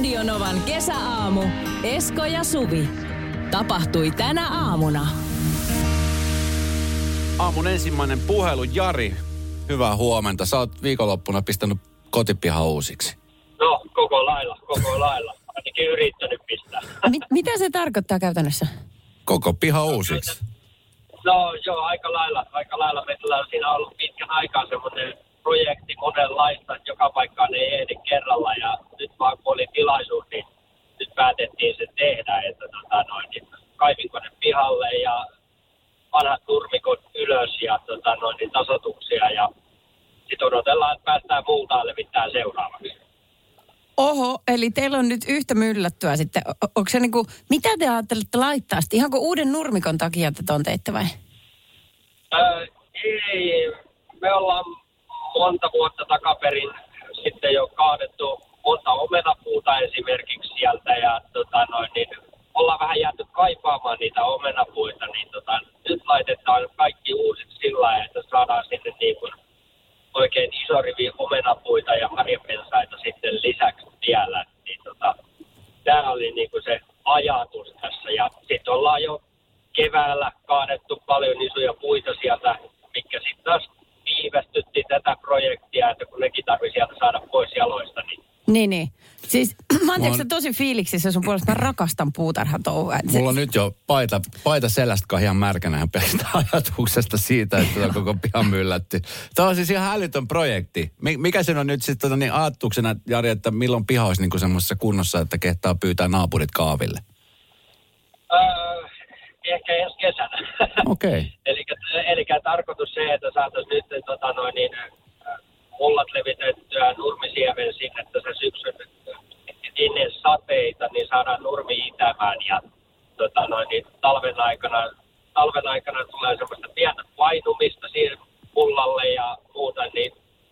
Radionovan kesäaamu. Esko ja Suvi. Tapahtui tänä aamuna. Aamun ensimmäinen puhelu. Jari, hyvää huomenta. Sä oot viikonloppuna pistänyt kotipihan uusiksi. No, koko lailla. Ainakin yrittänyt pistää. Mitä se tarkoittaa käytännössä? Koko piha uusiksi? No joo, aika lailla. Meillä on siinä ollut pitkän aikaa semmoinen projekti monenlaista, että joka paikkaan ei ehdi kerralla. Ja nyt vaan kun oli tilaisuus, niin nyt päätettiin se tehdä, että niin kaivinkone pihalle ja vanhat nurmikot ylös ja tasoituksia. Ja sitten odotellaan, että päästään multaan levittää seuraavaksi. Oho, eli teillä on nyt yhtä myllättyä sitten. Onko se niinku, mitä te ajattelette laittaa sitten? Ihanko uuden nurmikon takia te ton teitte vai? Ei, me ollaan monta vuotta takaperin sitten jo kaadettu monta omenapuuta esimerkiksi sieltä ja niin ollaan vähän jääty kaipaamaan niitä omenapuita, niin nyt laitetaan kaikki uusiksi sillä, että saadaan sinne niin kuin oikein iso rivi omenapuita ja marjapensaita sitten lisäksi vielä. Niin tämä oli niin kuin se ajatus tässä. Ja sitten ollaan jo keväällä kaadettu paljon isoja puita sieltä, mitkä sitten taas viivästytti tätä projektia, että kun nekin tarvitsisi sieltä saada pois jaloista. Niin. Siis mä oon tosi fiiliksissä sun puolesta. Mä rakastan puutarhatouhua. Mulla on nyt jo paita selästä ihan märkänä ihan pelkästään ajatuksesta siitä, että on koko pihan myllätty. Tämä on siis ihan älytön projekti. Mikä sen on nyt sitten niin ajatuksena, Jari, että milloin piha olisi niin semmoisessa kunnossa, että kehtaa pyytää naapurit kaaville? Ehkä ensi kesänä. Okei. Eli tarkoitus se, että saataisiin nyt mullat levitettyä nurmisiemen sinne tässä syksyn ennen sateita, niin saadaan nurmi itämään ja niin talven aikana tulee semmoista pientä painumista siihen mullalle ja muuta, niin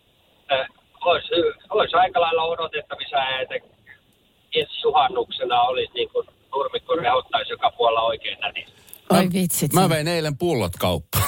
olisi aika lailla odotettavissa, että ensi suhannuksena olisi niin kuin nurmikko rehottaisi joka puolella oikein nätisti. Oi vitsit. Mä vein eilen pullot kauppaan.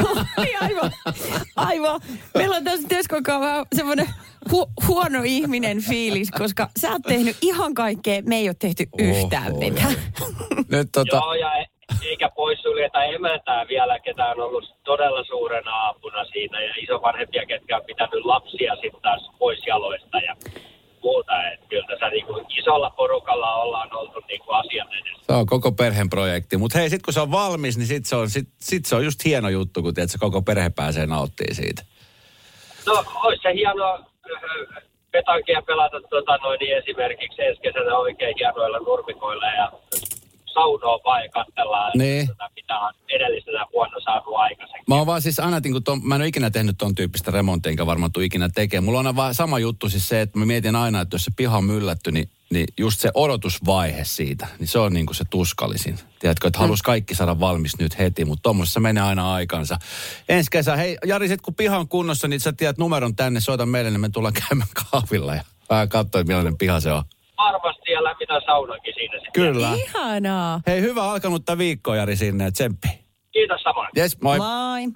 Aivan. Meillä on tässä Teskon vähän semmoinen huono ihminen fiilis, koska sä oot tehnyt ihan kaikkea, me ei ole tehty yhtään mitään. Joo, ja eikä poissuljeta emäntää vielä, ketä on ollut todella suurena apuna siinä, ja isovanhempia, ketkä on pitänyt lapsia sitten taas pois jaloista ja muuta. Että kyllä tässä niinku isolla porukalla ollaan oltu niinku asian edessä. Se on koko perheen projekti. Mutta hei, sit kun se on valmis, niin sit se on just hieno juttu, kun tiedät, koko perhe pääsee nauttimaan siitä. No, olisi se hienoa petankia pelata niin esimerkiksi ensi kesänä oikein hienoilla nurmikoilla ja saunoa vaan katsellaan. Niin. Mitä on edellisenä vuonna saatu aikaisemmin. Mä oon vaan siis aina, mä en ole ikinä tehnyt ton tyyppistä remonttia, enkä varmaan tule ikinä tekemään. Mulla on vaan sama juttu siis se, että mä mietin aina, että jos se piha on myllätty, niin just se odotusvaihe siitä, niin se on niinku se tuskallisin. Tiedätkö, että halus kaikki saada valmis nyt heti, mutta tommosessa menee aina aikansa. Ensi kesä, hei Jari, sit kun piha on kunnossa, niin sä tiedät numeron tänne, soita meille, niin me tullaan käymään kahvilla ja vähän katsoa, että millainen piha se on. Varmasti ja lämmitän saunankin siinä sitten. Kyllä. Ihanaa. Hei, hyvä alkanutta viikkoa, Jari, sinne. Tsemppi. Kiitos samoin. Jes, moi. Moi.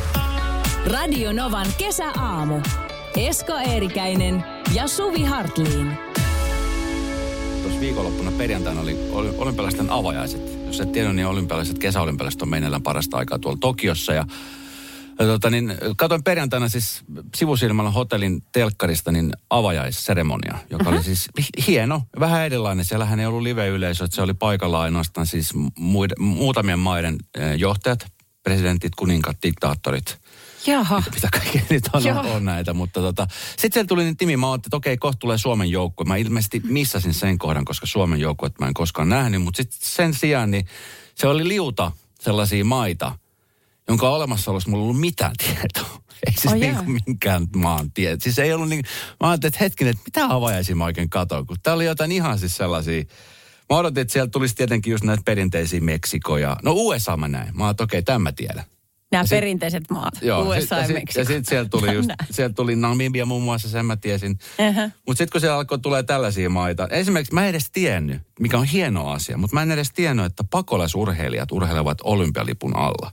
Radionovan kesäaamu. Esko Eerikäinen ja Suvi Hartliin. Tuossa viikonloppuna perjantaina oli olympialaisten avajaiset. Jos et tiedä, niin kesäolympialaiset on meneillään parasta aikaa tuolla Tokiossa. Ja katoin perjantaina siis sivusilmalla hotellin telkkarista niin avajaisseremonia, joka oli siis hieno, vähän erilainen. Siellähän ei ollut live-yleisö, että se oli paikalla ainoastaan siis muutamien maiden johtajat, presidentit, kuninkaat, diktaattorit. Jaha. Mitä kaikkea niitä on näitä, mutta sitten siellä tuli niin Timi, mä ajattelin, että okei, kohta tulee Suomen joukkue. Mä ilmeisesti missasin sen kohdan, koska Suomen joukkuet mä en koskaan nähnyt, mutta sitten sen sijaan niin se oli liuta sellaisia maita, jonka olemassaolossa mulla ei ollut mitään tietoa. Ei siis minkään maan tietoa. Siis ei ollut niin, mä ajattelin, että hetkinen, että mitä avajaisia mä oikein katon, kun tää oli jotain ihan siis sellaisia. Mä odotin, että sieltä tulisi tietenkin just näitä perinteisiä Meksikoja. No USA mä näin. Mä ajattelin, että okei, tämän mä tiedän. Nämä perinteiset maat, joo, USA ja Meksiko. Ja sitten sieltä tuli Namibia muun muassa, sen mä tiesin. Mutta sitten kun siellä alkoi tulee tällaisia maita, esimerkiksi mä en edes tiennyt, mikä on hieno asia, mutta mä en edes tiennyt, että pakolaisurheilijat urheilevat olympialipun alla.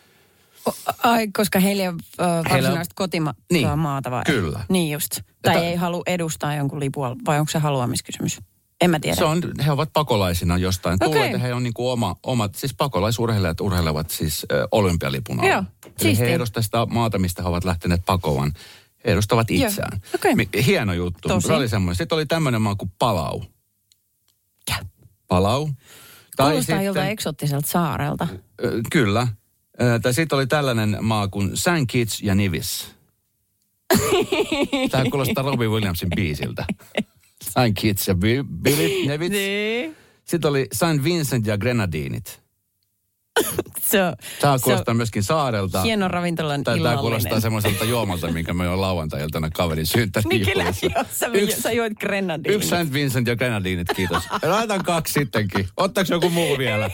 Ai, koska heillä on varsinaista kotimaata vai? Kyllä. Niin just. Tai ei halua edustaa jonkun lipua, vai onko se haluamiskysymys? En mä tiedä. He ovat pakolaisina jostain. Tulleet, että he on niin kuin omat, siis pakolaisurheilijat urheilevat siis olympialipun alla. Joo, eli he edustavat sitä maata, mistä he ovat lähteneet pakoon. He edustavat itseään. Hieno juttu. Tosi. Se oli semmoinen. Sitten oli tämmöinen maa kuin Palau. Palau. Kuulostaa joltain eksoottiselta saarelta. Kyllä. Tai sitten oli tällainen maa kuin St. Kitts ja Nevis. Tämä kuulostaa Robbie Williamsin biisiltä. St. Kitts ja Nevis. Niin. Sitten oli St. Vincent ja Grenadinit. Tämä kuulostaa myöskin saarelta. Hieno ravintolan illallinen. Tämä kuulostaa semmoiselta juomalta, minkä me jo lauantai-iltana kaverin synttärijuhlissa. Niin kyllä, sä joit Grenadinit. Yksi St. Vincent ja Grenadinit, kiitos. Laitan 2 sittenkin. Ottaako joku muu vielä?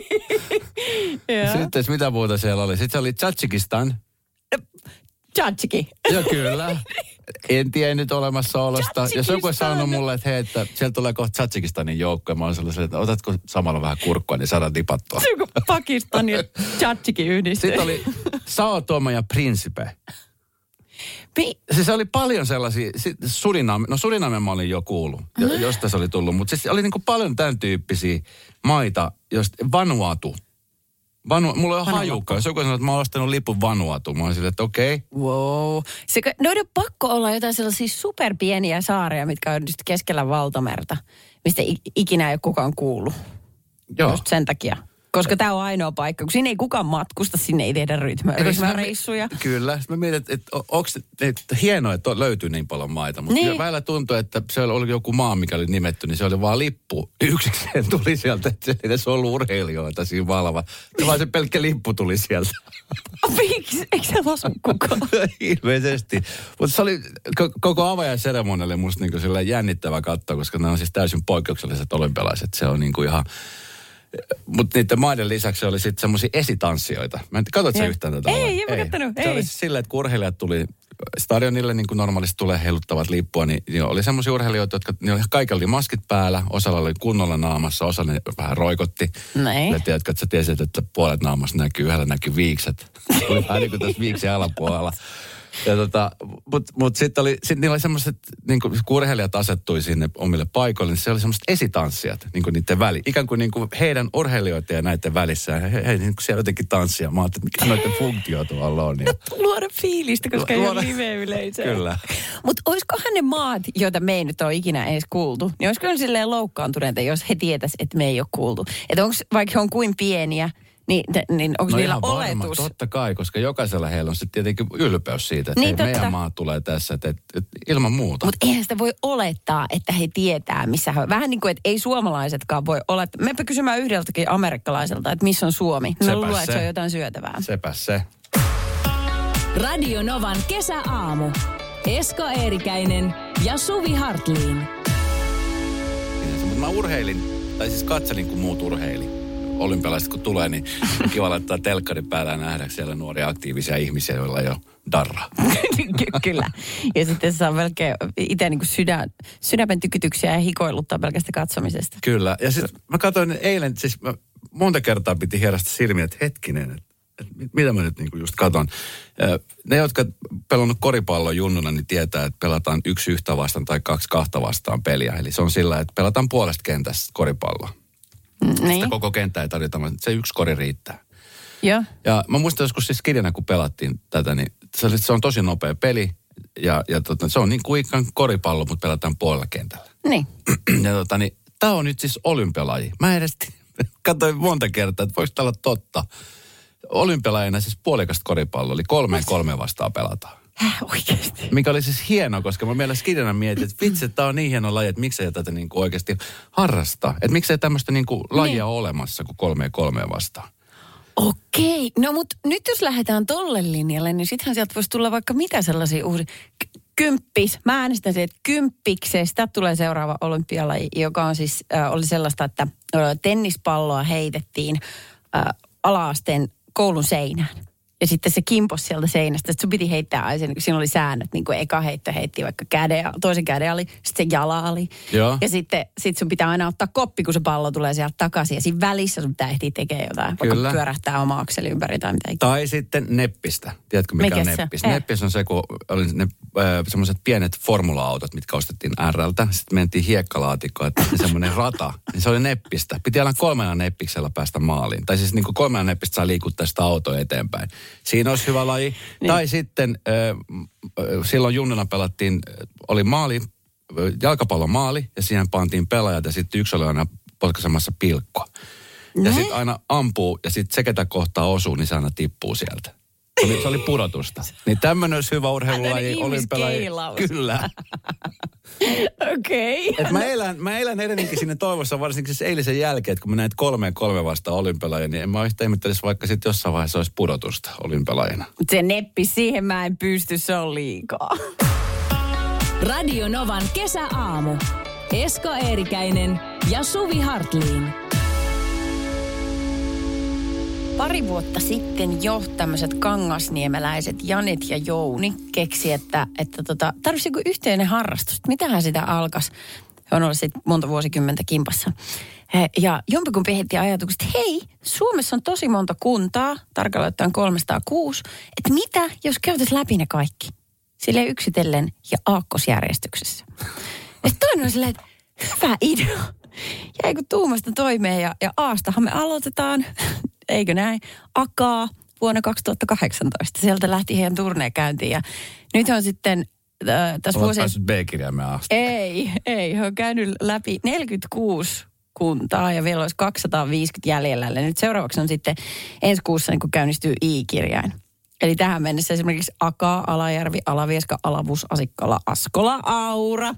Sitten mitä muuta siellä oli? Sitten se oli Tadžikistan. Tadžiki. Joo, kyllä. En tiennyt olemassaolosta. Jos joku on sanonut mulle, että hei, että sieltä tulee kohta Tadžikistanin joukko, ja mä olen sellainen, että otatko samalla vähän kurkkua, niin saadaan dipattua. Se on Pakistan ja Tadžiki yhdistetty. Sitten oli Sao Tome ja Principe. Siis oli paljon sellaisia, Suriname mä olin jo kuullut, josta se oli tullut, mutta siis oli niin kuin paljon tämän tyyppisiä maita, josta Vanuatu. Mulla on hajukaan. Jos joku sanoo, että mä oon ostanut lipun Vanuatuun, mä oon silleen, että okei. Wow. Noiden pakko olla jotain sellaisia superpieniä saaria, mitkä on just keskellä valtamerta, mistä ikinä ei ole kukaan kuullut. Joo. Just sen takia. Koska tämä on ainoa paikka, kun siinä ei kukaan matkusta, sinne ei tehdä ryhmäreissuja. Kyllä. Mä mietin, että onko hienoa, että löytyy niin paljon maita. Mutta niin. Välillä tuntui, että se oli joku maa, mikä oli nimetty, niin se oli vaan lippu. Yksikseen tuli sieltä, että se ei edes ollut urheilijoita siinä valva. Vaan se pelkkä lippu tuli sieltä. Miksi? Eikö se lasu kukaan? Ilmeisesti. Mutta se oli koko avajaisseremonialle musta niinku sillä jännittävä katsoa, koska ne on siis täysin poikkeukselliset olympialaiset. Se on niinku ihan... Mutta niiden maiden lisäksi oli sitten semmoisia esitanssijoita. Katsotko sä yhtään tätä? Ei, en mä kattonut. Se oli siis silleen, että kun urheilijat tuli stadionille, niin kuin normaalisti tulee heiluttavat lippua, niin oli semmoisia urheilijoita, jotka kaikilla oli maskit päällä, osalla oli kunnolla naamassa, osa ne vähän roikotti. Näin. Tiedätkö, että sä tiesit, että puolet naamassa näkyy, yhdellä näkyy viikset. Oli vähän niin kuin tässä viiksen alapuolella. Mutta sitten niillä oli semmoiset, niin kun urheilijat asettui sinne omille paikoille, niin se oli semmoiset esitanssijat niin niiden väliin. Ikään kuin, heidän urheilijoiden ja näiden välissä. He niin siellä jotenkin tanssia. Mä ajattelin, että mikä noiden funktio tuolla on. Ja... Luoda fiilistä, koska ei ole live-yleisöä. Kyllä. Mutta olisikohan ne maat, joita me ei nyt ole ikinä edes kuultu, niin olisiko ne silleen loukkaantuneita, jos he tietäisivät, että me ei ole kuultu. Että onko, vaikka he on kuin pieniä, niin onko niillä oletus? Varma, totta kai, koska jokaisella heillä on sitten tietenkin ylpeys siitä, että niin, meidän maa tulee tässä, että ilman muuta. Mutta eihän sitä voi olettaa, että he tietää, missä he on. Vähän niin kuin, että ei suomalaisetkaan voi olettaa. Mepä kysymään yhdeltäkin amerikkalaiselta, että missä on Suomi. Mä luulen, että se on jotain syötävää. Sepäs se. Radio Novan kesäaamu. Esko Eerikäinen ja Suvi Hartliin. Mutta mä urheilin, tai siis katselin, kun muut urheili. Olympialaiset kun tulee, niin kiva laittaa telkkarin päällä ja nähdä siellä nuoria aktiivisia ihmisiä, joilla ei ole darraa. Kyllä. Ja sitten saa melkein itse niin kuin sydämen tykytyksiä ja hikoiluttaa pelkästä katsomisesta. Kyllä. Ja sitten mä katsoin eilen, siis monta kertaa piti hierästä silmiä, että hetkinen, että mitä mä nyt niin kuin just katon. Ne, jotka pelannut koripallon junnuna, niin tietää, että pelataan 1 yhtä vastaan tai 2 kahta vastaan peliä. Eli se on sillä, että pelataan puolesta kentästä koripalloa. Niin. Sitä koko kenttää ei tarvita, se 1 kori riittää. Joo. Ja mä muistan joskus siis kidänä, kun pelattiin tätä, niin se on tosi nopea peli. Ja se on niin kuin ikään koripallo, mutta pelataan puolella kentällä. Niin. Ja niin tää on nyt siis olympialaji. Mä edes katsoin monta kertaa, että voiko tää olla totta. Olympialajina siis puolikasta koripallo, eli 3-3 vastaan pelataan. Oikeasti. Mikä oli siis hieno, koska mä meillä skidana mietin, että vitsi, että tää on niin hieno laji, että miksei tätä niinku oikeasti harrastaa. Että miksei tämmöistä niinku lajia ole olemassa kuin 3-3 vastaan. Okei. No mutta nyt jos lähdetään tolle linjalle, niin sittenhän sieltä voisi tulla vaikka mitä sellaisia uusia. Kymppis. Mä äänestän se, että kymppiksestä tulee seuraava olympialaji, joka on siis, oli sellaista, että tennispalloa heitettiin ala-asteen koulun seinään. Ja sitten se kimpos sieltä seinästä. Sitten sun piti heittää aina, kun siinä oli säännöt. Niin kuin eka heitto heitti vaikka toisen käden ali, sitten se jala ali. Joo. Ja sitten sun pitää aina ottaa koppi, kun se pallo tulee sieltä takaisin. Ja siinä välissä sun pitää ehtiä tekemään jotain. Kyllä. Vaikka pyörähtää oma akseli ympäri tai mitä. Tai sitten neppistä. Tiedätkö mikä on neppis? Neppis on se, kun oli ne semmoiset pienet formula-autot, mitkä ostettiin RLtä. Sitten mentiin hiekkalaatikkoon, että semmoinen rata. Niin se oli neppistä. Piti aina 3 neppiksellä päästä maaliin. Tai siis niin kuin 3 neppistä saa liikuttaa sitä autoa eteenpäin. Siinä olisi hyvä laji. Niin. Tai sitten silloin junnuna pelattiin, oli maali, jalkapallon maali, ja siihen pantiin pelaajat, ja sitten yksi oli aina potkaisemassa pilkkoa. Ja sitten aina ampuu, ja sitten se, ketä kohtaa osuu, niin se aina tippuu sieltä. Se oli pudotusta. Niin tämmöinen olisi hyvä urheilulaji, olympialaji. Kyllä. Okei. Okay. Mä elän edelleenkin sinne toivossa, varsinkin siis eilisen jälkeen, että kun mä näin 3-3 vastaan olympialajia, niin en mä yhtä ihmettelisi, vaikka sitten jossain vaiheessa olisi pudotusta olympialajina. Se neppi, siihen mä en pysty, se on liikaa. Radio Novan kesäaamu. Esko Eerikäinen ja Suvi Hartliin. Pari vuotta sitten jo tämmöiset kangasniemeläiset Janet ja Jouni keksi, että tarvitsisi joku yhteinen harrastus. Mitähän sitä alkaisi? He on ollut sitten monta vuosikymmentä kimpassa. Ja jompikumpi heitti ajatukset, että hei, Suomessa on tosi monta kuntaa, tarkalleen ottaen 306, että mitä jos käytäisiin läpi ne kaikki? Silleen yksitellen ja aakkosjärjestyksessä. Ja sitten toinen on silleen, että hyvä idea. Jäi kun tuumasta toimeen ja Aastahan me aloitetaan, eikö näin, Akaa vuonna 2018. Sieltä lähti heidän turneen ja nyt on sitten tässä vuosina... Olet päässyt B-kirjaimeen asti. Ei, he on käynyt läpi 46 kuntaa ja vielä olisi 250 jäljellä. Nyt seuraavaksi on sitten ensi kuussa, niin kun käynnistyy I-kirjain. Eli tähän mennessä esimerkiksi Akaa, Alajärvi, Alavieska, Alavus, Asikkala, Askola, Aura.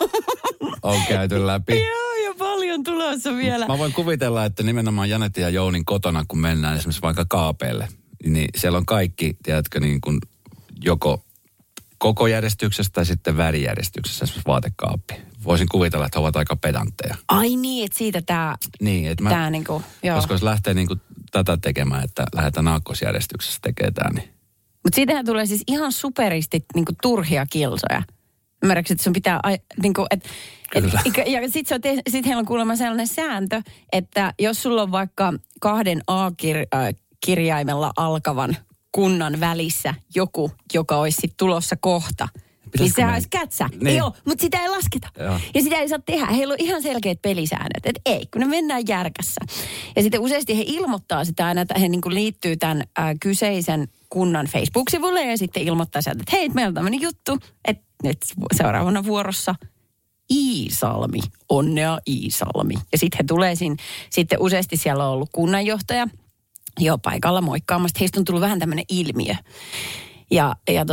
On käyty läpi. Joo, ja paljon tulossa vielä. Mä voin kuvitella, että nimenomaan Janetin ja Jounin kotona, kun mennään esimerkiksi vaikka kaapeille, niin siellä on kaikki, tiedätkö, niin kuin joko koko järjestyksessä tai sitten värijärjestyksessä, esimerkiksi vaatekaappi. Voisin kuvitella, että he ovat aika pedantteja. Ai niin, että siitä tämä... Niin, että mä... Niinku, joo. Koska jos lähtee niinku tätä tekemään, että lähdetään aakkosjärjestyksessä tekemään tämä, niin... Mutta siitähän tulee siis ihan superisti niinku turhia kilsoja. Ymmärrätkö, että sun pitää... Niinku, ja sitten heillä on kuulemma sellainen sääntö, että jos sulla on vaikka 2 A-kirjaimella alkavan kunnan välissä joku, joka olisi sitten tulossa kohta... Niin sehän olisi kätsä. Niin. Joo, mutta sitä ei lasketa. Joo. Ja sitä ei saa tehdä. Heillä on ihan selkeät pelisäännöt. Että ei, kun ne mennään järkässä. Ja sitten useasti he ilmoittaa sitä aina, että he niin kuin liittyy tämän kyseisen kunnan Facebook-sivulle ja sitten ilmoittaa sieltä, että hei, meillä on tämmöinen juttu, että nyt seuraavana vuorossa Iisalmi. Onnea Iisalmi. Ja sitten he tulee sitten useasti siellä on ollut kunnanjohtaja jo paikalla moikkaamasta. Heistä on tullut vähän tämmöinen ilmiö. Ja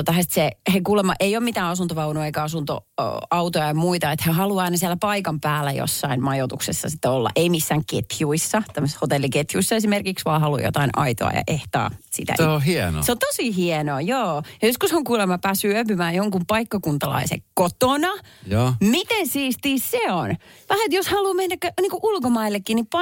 he kuulemma ei ole mitään asuntovaunua eikä asuntoautoja ja muita, että he haluaa aina siellä paikan päällä jossain majoituksessa sitten olla. Ei missään ketjuissa, tämmöisissä hotelliketjuissa esimerkiksi, vaan haluaa jotain aitoa ja ehtaa sitä. Se on hienoa. Se on tosi hienoa, joo. Ja joskus on kuulemma päässyt yöpymään jonkun paikkakuntalaisen kotona. Joo. Miten siistiä se on? Vähän, että jos haluaa mennä niin kuin ulkomaillekin, niin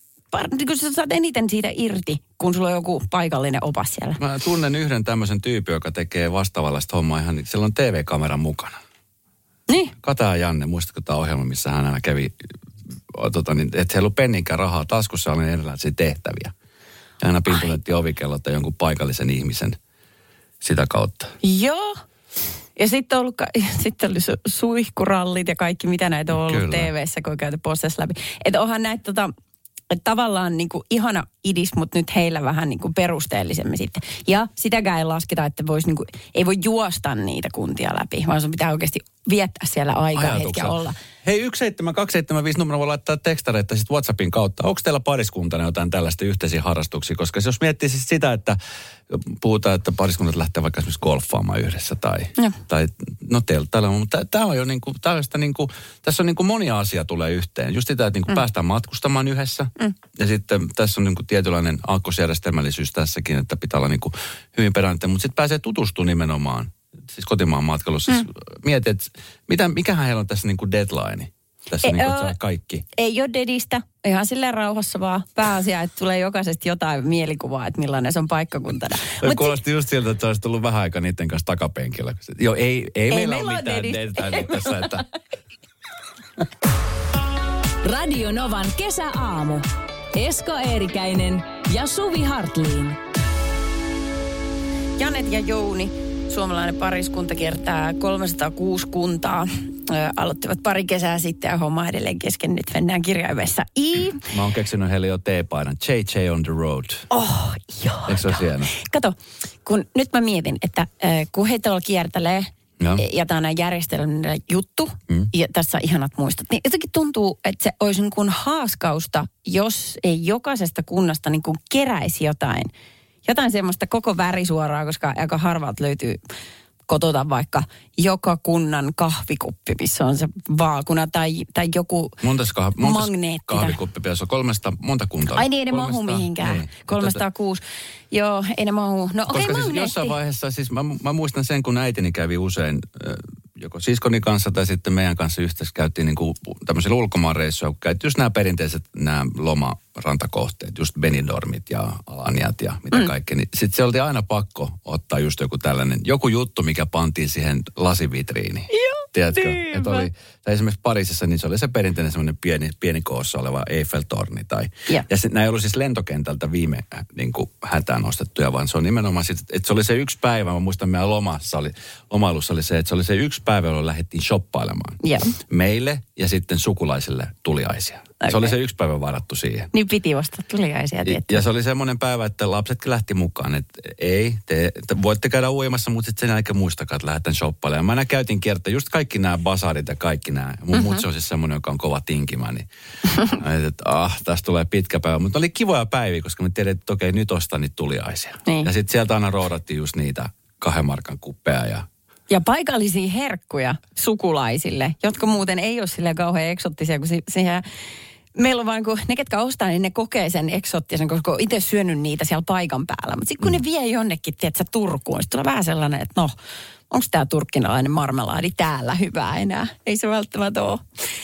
kun sä saat eniten siitä irti, kun sulla on joku paikallinen opas siellä. Mä tunnen yhden tämmöisen tyypin, joka tekee vastaavallaista hommaa ihan, siellä on TV-kameran mukana. Niin? Kata ja Janne, muistatko tämä ohjelma, missä hän aina kävi, että heillä ei ollut penninkään rahaa, taskussa oli erilaisia tehtäviä. Ja aina pintutettiin ovikellot tai jonkun paikallisen ihmisen sitä kautta. Joo. Ja sitten oli suihkurallit ja kaikki, mitä näitä on ollut TV-ssä, kun on käyty postessa läpi. Että onhan näitä että tavallaan niin kuin ihana idis, mutta nyt heillä vähän niin kuin perusteellisemmin sitten. Ja sitäkään ei lasketa, että ei voi juosta niitä kuntia läpi, vaan sun pitää oikeasti viettää siellä aikaa hetken olla. Hei, 17275 numero voi laittaa tekstareita sitten WhatsAppin kautta. Onko teillä pariskuntana jotain tällaista yhteisiä harrastuksia? Koska jos miettii siis sitä, että puhutaan, että pariskunnat lähtee vaikka esimerkiksi golfaamaan yhdessä tai telttailla, mutta tämä on jo niinku, tässä on niinku monia asiaa tulee yhteen. Just sitä, että niinku päästään matkustamaan yhdessä ja sitten tässä on niinku tietynlainen aakkosjärjestelmällisyys tässäkin, että pitää olla niinku hyvin perääntä, mutta sitten pääsee tutustumaan nimenomaan. Siis kotimaan matkailussa. Mieti, että mikähän heillä on tässä niin kuin deadline. Tässä niin kuin kaikki. Ei ole dedistä. Ihan silleen rauhassa vaan. Pääasia, että tulee jokaisesta jotain mielikuvaa, että millainen se on paikkakuntana. Kuulosti just siltä, että se olisi tullut vähän aikaa niiden kanssa takapenkillä. Joo, ei meillä ole mitään dedistä tässä, että... Radio Novan kesäaamu. Esko Eerikäinen ja Suvi Hartliin. Janet ja Jouni, suomalainen pariskunta, kiertää 306 kuntaa. Aloittivat pari kesää sitten ja homma edelleen kesken. Nyt mennään kirjaimessa I. Mä oon keksinyt heille jo teepaidan. JJ on the road. Oh, joo. Eikö se ole hieno? Kato, kun nyt mä mietin, että kun he tuolla kiertelee ja tämä on näin järjestelmällinen juttu, ja tässä on ihanat muistot, niin jotenkin tuntuu, että se olisi niin kuin haaskausta, jos ei jokaisesta kunnasta niin kuin keräisi jotain semmoista koko värisuoraa, koska aika harvalta löytyy kotota vaikka joka kunnan kahvikuppi, missä on se vaakuna tai joku magneetti. Kahvikuppi pitäisi olla 300, monta kuntaa. Ai niin, ei ne mahu mihinkään. Niin. 306. Joo, ei ne mahu. No okei, koska siis jossain vaiheessa, siis mä muistan sen, kun äitini kävi usein joko siskoni kanssa tai sitten meidän kanssa yhteydessä käytiin niin kuin tämmöisillä ulkomaanreissuilla, kun käytiin just nämä perinteiset nämä lomarantakohteet, just Benidormit ja Alaniat ja mitä kaikkea. Niin sitten se oli aina pakko ottaa just joku juttu, mikä pantiin siihen lasivitriiniin. Joo, tiedätkö? Niin, että oli, tai esimerkiksi Pariisissa, niin se oli se perinteinen semmoinen pieni koossa oleva Eiffel-torni. Ja nämä ei ollut siis lentokentältä viime niin kuin hätään ostettuja, vaan se on nimenomaan sitten, että se oli se yksi päivä, mä muistan meidän lomailussa oli se, että se oli se yksi päivä, jolloin lähdettiin shoppailemaan. Yeah. Meille ja sitten sukulaisille tuliaisia. Okay. Se oli se yksi päivä varattu siihen. Niin piti vasta tuliaisia tietysti. Ja se oli semmoinen päivä, että lapsetkin lähti mukaan, että te voitte käydä uimassa, mutta sitten sen jälkeen muistakaa, että lähdetään shoppailemaan. Mä aina käytin kiertää just kaikki nämä basaarit ja kaikki nämä. Mun mutsi on siis semmoinen, joka on kova tinkimä, niin että tästä tulee pitkä päivä. Mutta oli kivoja päiviä, koska me tiedettiin, että okei, nyt ostaa niitä tuliaisia. Niin. Ja sitten sieltä aina roodattiin just niitä 2 markan kuppeja ja paikallisia herkkuja sukulaisille, jotka muuten ei ole silleen kauhean eksottisia, kun siihen... Meillä on vaan, kun ne, ketkä ostaa, niin ne kokee sen eksoottisen, koska on itse syönyt niitä siellä paikan päällä. Mutta sitten kun ne vie jonnekin, tiedätkö, Turkuun, sitten tulee vähän sellainen, että no, onko tämä turkkinalainen marmelaadi täällä hyvää enää? Ei se välttämättä ole.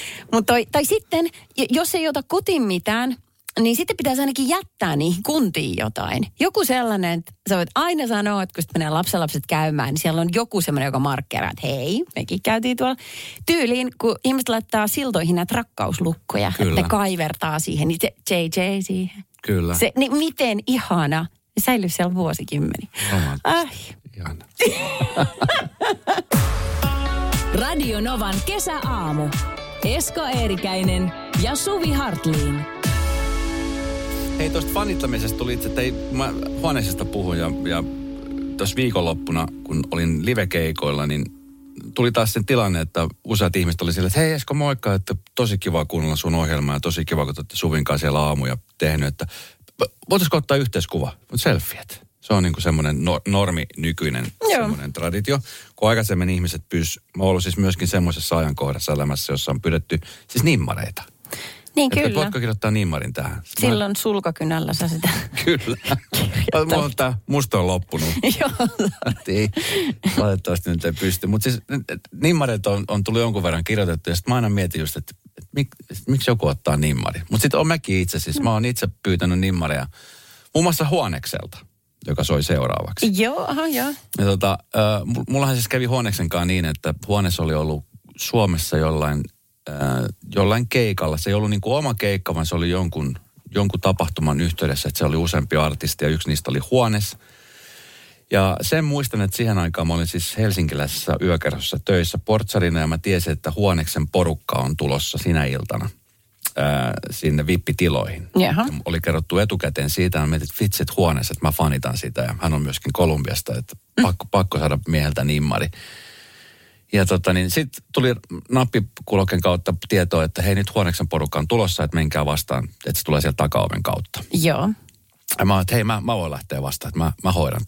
Tai sitten, jos ei ota kotiin mitään, niin sitten pitäisi ainakin jättää niihin kuntiin jotain. Joku sellainen, että sä voit aina sanoa, että kun sitten menee lapsenlapset käymään, niin siellä on joku sellainen, joka markkeraa, että hei, mekin käytiin tuolla tyyliin, kun ihmiset laittaa siltoihin näitä rakkauslukkoja, kyllä, että ne kaivertaa siihen, niin se JJ siihen. Kyllä. Se, niin miten ihana. Se säilyy siellä vuosikymmeni. Ihana. Radio Novan kesäaamu. Esko Eerikäinen ja Suvi Hartliin. Hei, tuosta fanittamisesta tuli itse, että mä huoneisesta puhun ja tuossa viikonloppuna, kun olin livekeikoilla, niin tuli taas sen tilanne, että useat ihmiset oli sille, että hei Esko, moikka, että tosi kiva kuunnella sun ohjelmaa ja tosi kiva, kun te olette Suvin kanssa siellä aamuja tehnyt, että voitaisiko ottaa yhteiskuva, selfiet. Se on niin kuin semmoinen normi nykyinen semmoinen traditio, kun aikaisemmin ihmiset mä oon ollut siis myöskin semmoisessa ajankohdassa elämässä, jossa on pyydetty siis nimmareita. Niin että kyllä. Voitko kirjoittaa nimmarin tähän? Silloin sulkakynällä sä sitä kyllä. Musta on loppunut. Joo. Valitettavasti nyt ei pysty. Mutta siis nimmareita on tullut jonkun verran kirjoitettu. Ja sitten mä aina mietin just, että miksi joku ottaa nimmari. Mutta sitten on mäkin itse. Siis mä oon itse pyytänyt nimmareja muun muassa Huonekselta, joka soi seuraavaksi. Joo, joo. Ja mullahan siis kävi Huoneksenkaan niin, että Huones oli ollut Suomessa jollain keikalla. Se ei ollut niin kuin oma keikka, vaan se oli jonkun tapahtuman yhteydessä, että se oli useampi artisti ja yksi niistä oli Huones. Ja sen muistan, että siihen aikaan mä olin siis helsinkiläisessä yökerhossa töissä portsarina ja mä tiesin, että Huoneksen porukka on tulossa sinä iltana sinne vippitiloihin. Oli kerrottu etukäteen siitä, ja mietin, että vitsit Huones, että mä fanitan sitä ja hän on myöskin Kolumbiasta, että pakko saada mieheltä nimmari. Ja sitten tuli nappikuloken kautta tietoa, että hei nyt Huoneksen porukka on tulossa, että menkää vastaan, että se tulee sieltä takaoven kautta. Joo. Ja mä oon, että hei mä voin lähteä vastaan, että mä hoidan tämän.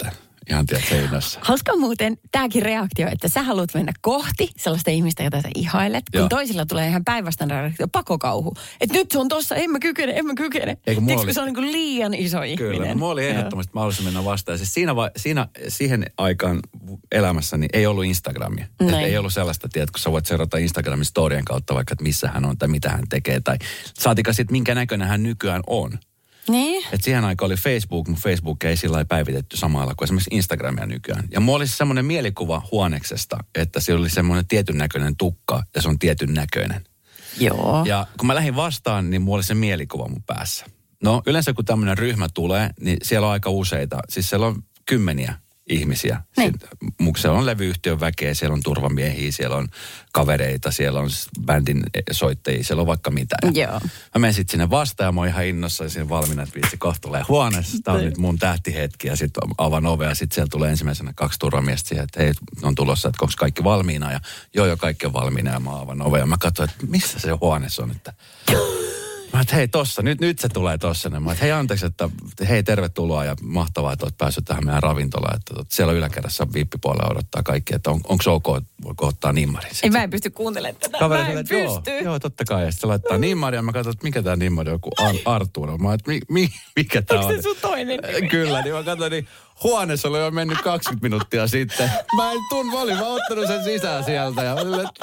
ihan tiedät seinässä. Hauska muuten tämäkin reaktio, että sä haluat mennä kohti sellaista ihmistä, jota sä ihailet, kun Joo. toisilla tulee ihan päinvastainen reaktio, pakokauhu. Että nyt se on tossa, en mä kykene. Tiedätkö, se on niin kuin liian iso ihminen. Kyllä, mulla oli ehdottomasti mahdollisuus mennä vastaan. Siis siihen aikaan elämässäni ei ollut Instagramia. Ei ollut sellaista, tiedät, kun sä voit seurata Instagramin storien kautta vaikka, että missä hän on tai mitä hän tekee. Tai saatika sitten, minkä näköinen hän nykyään on. Niin. Et siihen aikaan oli Facebook, mutta Facebook ei sillä lailla päivitetty samalla kuin esimerkiksi Instagramia nykyään. Ja mulla oli semmoinen mielikuva Huoneksesta, että se oli semmoinen tietyn näköinen tukka ja se on tietyn näköinen. Joo. Ja kun mä lähdin vastaan, niin mulla oli se mielikuva mun päässä. No yleensä kun tämmöinen ryhmä tulee, niin siellä on aika useita. Siis siellä on kymmeniä ihmisiä. Siellä on levyyhtiön väkeä, siellä on turvamiehiä, siellä on kavereita, siellä on bändin soittajia, siellä on vaikka mitä. Joo. Mä menen sitten sinne vastaan ja mä oon ihan innossa ja siinä valmiina, että viitsi kohta tulee Huoneessa. Tämä on nyt mun tähtihetki ja sitten avaan ovea ja sitten siellä tulee ensimmäisenä 2 turvamiestä siihen, että hei, on tulossa, että onko kaikki valmiina ja joo, kaikki on valmiina ja mä avaan ovea ja mä katsoin, että missä se Huoneessa on, että... Mä että hei tossa, nyt se tulee tossa. Mä että hei anteeksi, että hei tervetuloa ja mahtavaa, että oot päässyt tähän meidän ravintolaan. Että siellä yläkerrassa viippipuolella odottaa kaikki, että onko ok, voiko ottaa nimmarin. Mä en pysty kuuntelemaan tätä, kaveri mä en pysty. Joo, totta kai. Ja sitten se laittaa nimmaria ja mä katson, että mikä tää nimmari on, joku Arturo. Mä että mikä tää on. Onko se sun toinen nimi? Kyllä, niin mä katsoin, niin Huoneessa oli jo mennyt 20 minuuttia sitten. Mä olin vaan ottanut sen sisään sieltä ja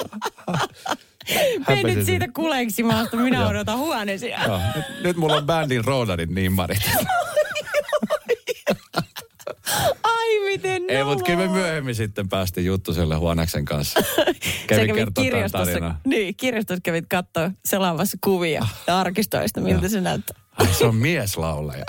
Mene nyt siitä kuleksimaasta, minä odotan Huonesia. Nyt mulla on bändin roodarin nimmarit. Ai miten noloa. Ei, mutta kyllä me myöhemmin sitten päästiin Juttuselle Huoneksen kanssa. Kävin kertoa tämän tarinaa. Niin, kirjastossa kävit katsoa selaamassa kuvia arkistoista, miltä se näyttää. Ai, se on mieslaulaja.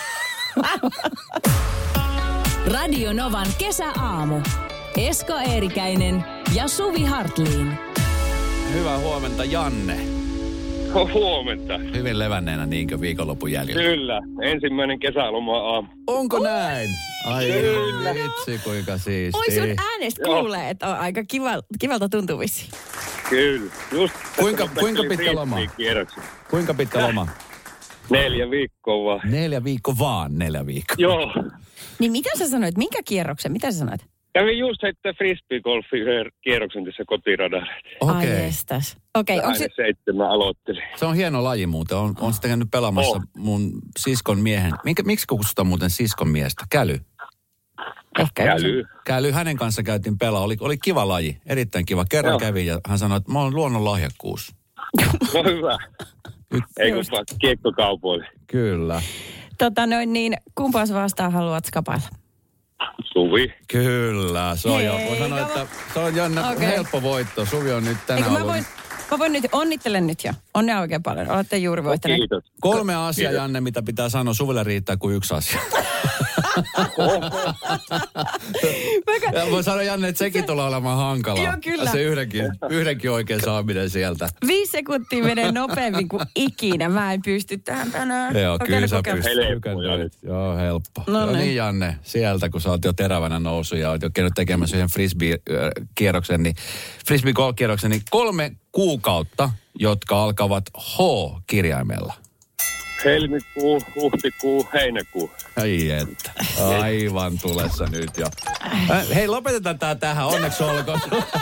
Radio Novan kesäaamu. Esko Eerikäinen ja Suvi Hartliin. Hyvää huomenta, Janne. Huomenta. Hyvin levänneenä niinkö viikonlopun jäljellä? Kyllä, ensimmäinen kesäloma-aamu. Onko näin? Ai vitsi, kuinka siistiä. Oi sun äänestä kuulee, että on aika kivalta tuntuvisi. Kyllä, just. Kuinka pitkä loma? Kuinka pitkä loma? 4 viikkoa vaan. 4 viikkoa vaan, 4 viikkoa. Joo. Niin mitä sä sanoit? Minkä kierroksen? Mitä sä sanoit? Kävin just heittää frisbeegolfi yhden kierroksen tässä kotiradalla. Okei. Ai jestas. Okei, onko se... 7 aloittelin. Se on hieno laji muuten. On sitä käynyt pelaamassa mun siskon miehen. Miksi kutsutaan muuten siskon miestä? Käly. Ehkä Käly. Hänen kanssa käytiin pelaa. Oli kiva laji. Erittäin kiva. Kerran kävin ja hän sanoi, että mä oon luonnon lahjakkuus. No hyvä. Ei kun vaan kiekkokaupoille. Kyllä. Kumpaa sä vastaan haluat skapailla? Suvi. Kyllä, se on jo. Voi sanoa, että se on Janne helppo voitto. Suvi on nyt tänään ollut. Mä voin nyt, onnittelen nyt jo. Onnea oikein paljon. Olette juuri voittaneet. Kiitos. 3 asiaa, Janne, mitä pitää sanoa. Suville riittää kuin 1 asia. Ja voi sanoa, Janne, että sekin tulee olemaan hankalaa. Joo, kyllä. Se yhdenkin oikein saaminen sieltä. 5 sekuntia menee nopeammin kuin ikinä. Mä en pysty tähän tänään. Joo, kyllä sä pystyt. Helppo. Helppo. No niin, Janne, sieltä kun sä oot jo terävänä nousu ja oot jo käynyt tekemässä yhden frisbee-kierroksen, niin frisbee-golf-kierroksen, niin 3 kuukautta, jotka alkavat H-kirjaimella. Helmikuu, huhtikuu, heinäkuu. Ai että, aivan tulessa nyt jo. Hei, lopetetaan tää tähän, onneksi olkoon.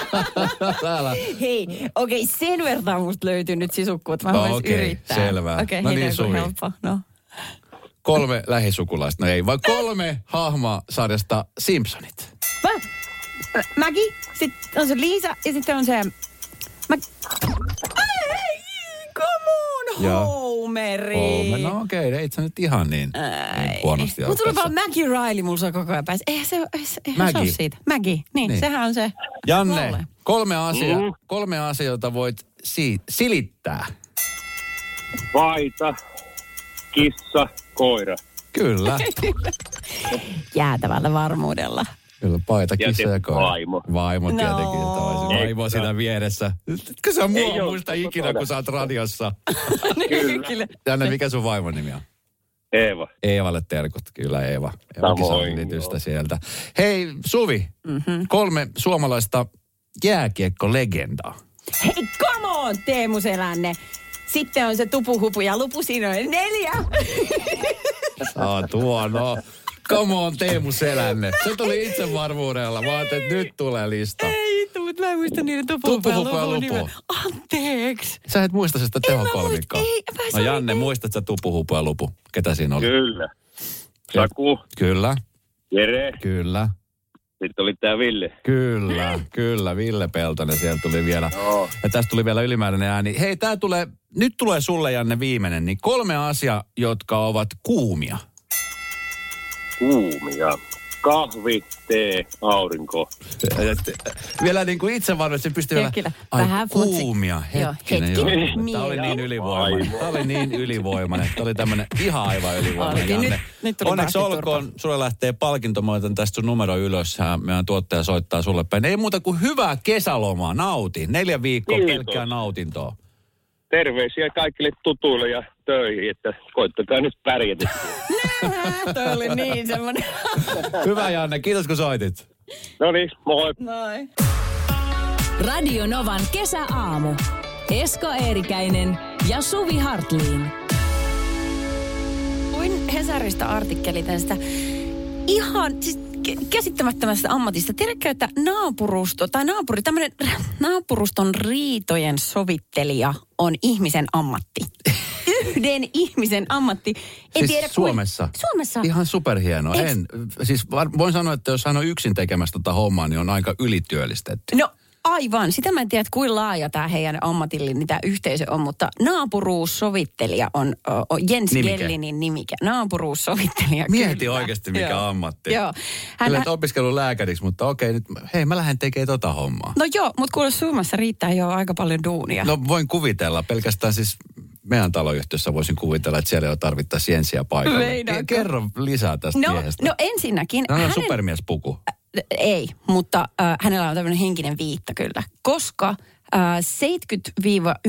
Hei, okei, sen verran musta löytyy nyt sisukkuutta. Mä voisin yrittää. Selvä. Okei, no niin, Suvi. Helppo. No. 3 lähisukulaista, no ei, vaan 3 hahmoa sarjasta Simpsonit. Maggie, sitten on se Liisa ja sitten on se... Come on, Homeri. No okei, ei se nyt ihan niin huonosti Mutta tuli vaan Maggie Riley, mulla on koko ajan päässä. Eihän se ole siitä. Maggie, niin, sehän on se. Janne, 3 asiaa, jota voit silittää. Vaita, kissa, koira. Kyllä. Jäätävällä varmuudella. Kyllä, paita, kissa ja koira. Vaimo. Vaimo tietenkin. Vaimo siinä vieressä. Etkö sä mua muista ikinä, kun sä oot radiossa? Kyllä. Janne, mikä sun vaimon nimi on? Eeva. Eevalle terkut, kyllä Eeva. Eevakin sieltä. Hei, Suvi. 3 suomalaista jääkiekko-legendaa. Hei, come on, Teemu Selänne. Sitten on se tupuhupu ja lupu, siinä on 4. Come on, Teemu Selänne. Se tuli itsevarmuudella. Mä ajattelin, että nyt tulee lista. Ei, mutta mä en muista niiden Tupuhupa lupu. Anteeksi. Sä et muista sitä tehokolmikkoa. No Janne, muistat sä Tupuhupa ja lupu? Ketä siinä oli? Kyllä. Saku. Kyllä. Jere. Kyllä. Sitten oli tää Ville. Kyllä. Ville Peltonen sieltä tuli vielä. Joo. Ja tästä tuli vielä ylimääräinen ääni. Hei, nyt tulee sulle, Janne, viimeinen. Niin 3 asiaa, jotka ovat kuumia. Kuumia. Kahvi, tee, aurinko. Vielä niin kuin itse varmaan, että se pystyy vielä... Vähän kuumia. Hetkinen. Tämä oli niin Aivan. ylivoimainen. Tämä oli tämmöinen ihan aivan ylivoimainen, Janne. Onneksi olkoon, sulle lähtee palkinto. Mä otan tästä sun numero ylös. Meidän tuottaja soittaa sulle päin. Ei muuta kuin hyvää kesälomaa. Nauti. 4 viikkoa pelkkää nautintoa. Terveisiä kaikille tutuille ja töihin, että koittakaa nyt pärjätä. Toi oli niin semmoinen. Hyvä, Janne. Kiitos kun soitit. No niin, moi. Noin. Radio Novan kesäaamu. Esko Eerikäinen ja Suvi Hartliin. Luin Hesarista artikkeli tästä ihan siis käsittämättömästä ammatista. Tiedätkö, että naapuruston riitojen sovittelija on ihmisen ammatti. Yhden ihmisen ammatti. En siis tiedä, Suomessa? Suomessa. Ihan superhienoa. Voin sanoa, että jos hän on yksin tekemässä tota hommaa, niin on aika ylityöllistetty. No aivan. Sitä mä en tiedä, kuinka laaja tämä heidän ammatillinen tämä yhteisö on, mutta naapuruussovittelija on Jens Gellinin nimike. Naapuruussovittelija. Mieti kyllä. Oikeasti, mikä Joo. ammatti. Joo. Kyllä et opiskellut lääkäriksi, mutta okei, nyt mä lähden tekemään tota hommaa. No joo, mutta kuule Suomessa riittää jo aika paljon duunia. No voin kuvitella. Pelkästään siis meidän taloyhtiössä voisin kuvitella, että siellä jo tarvittaisiin Jensiä paikalla. Kerro lisää tästä miehestä. No ensinnäkin. On supermiespuku. Ei, mutta hänellä on tämmöinen henkinen viitta kyllä. Koska 70-90%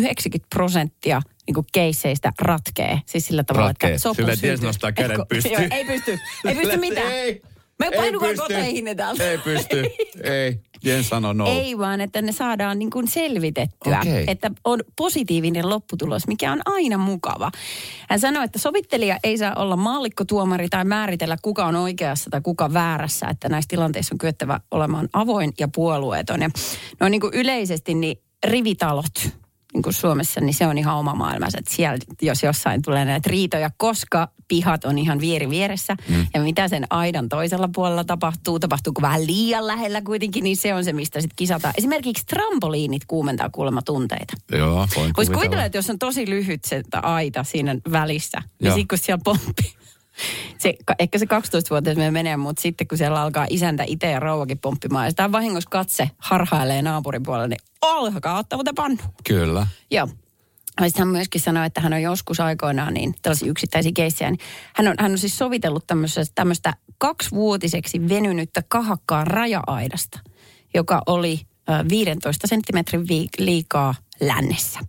niin keisseistä ratkee. Siis sillä tavalla, että sopu syntyy. Sillä ties nostaa käden pystyyn. Ei pysty mitään. Me painukaan koteihin ne täältä. Ei pysty. Ei. Jens sanoo no. Ei vaan, että ne saadaan niin kuin selvitettyä. Okay. Että on positiivinen lopputulos, mikä on aina mukava. Hän sanoi, että sovittelija ei saa olla maallikkotuomari tai määritellä, kuka on oikeassa tai kuka väärässä. Että näissä tilanteissa on kyettävä olemaan avoin ja puolueeton. Ja no niin kuin yleisesti niin rivitalot niin kuin Suomessa, niin se on ihan oma maailmansa. Että siellä, jos jossain tulee näitä riitoja, koska pihat on ihan vieressä. Ja mitä sen aidan toisella puolella tapahtuuko vähän liian lähellä kuitenkin, niin se on se, mistä sitten kisataan. Esimerkiksi trampoliinit kuumentaa kuulemma tunteita. Joo, voisi kuvitella, että jos on tosi lyhyt se aita siinä välissä, niin sitten kun siellä pomppii. Ehkä se 12-vuotias menee, mutta sitten kun siellä alkaa isäntä itse ja rouvakin pomppimaan, ja sitä vahingossa katse harhailee naapurin puolella, niin olkaa ottavuuteen pannu. Kyllä. Joo. Sitten hän myöskin sanoi, että hän on joskus aikoinaan niin tällaisia yksittäisiä keissejä. Niin hän on siis sovitellut tämmöistä 2-vuotiseksi venynyttä kahakkaa raja-aidasta, joka oli 15 senttimetrin liikaa lännessä.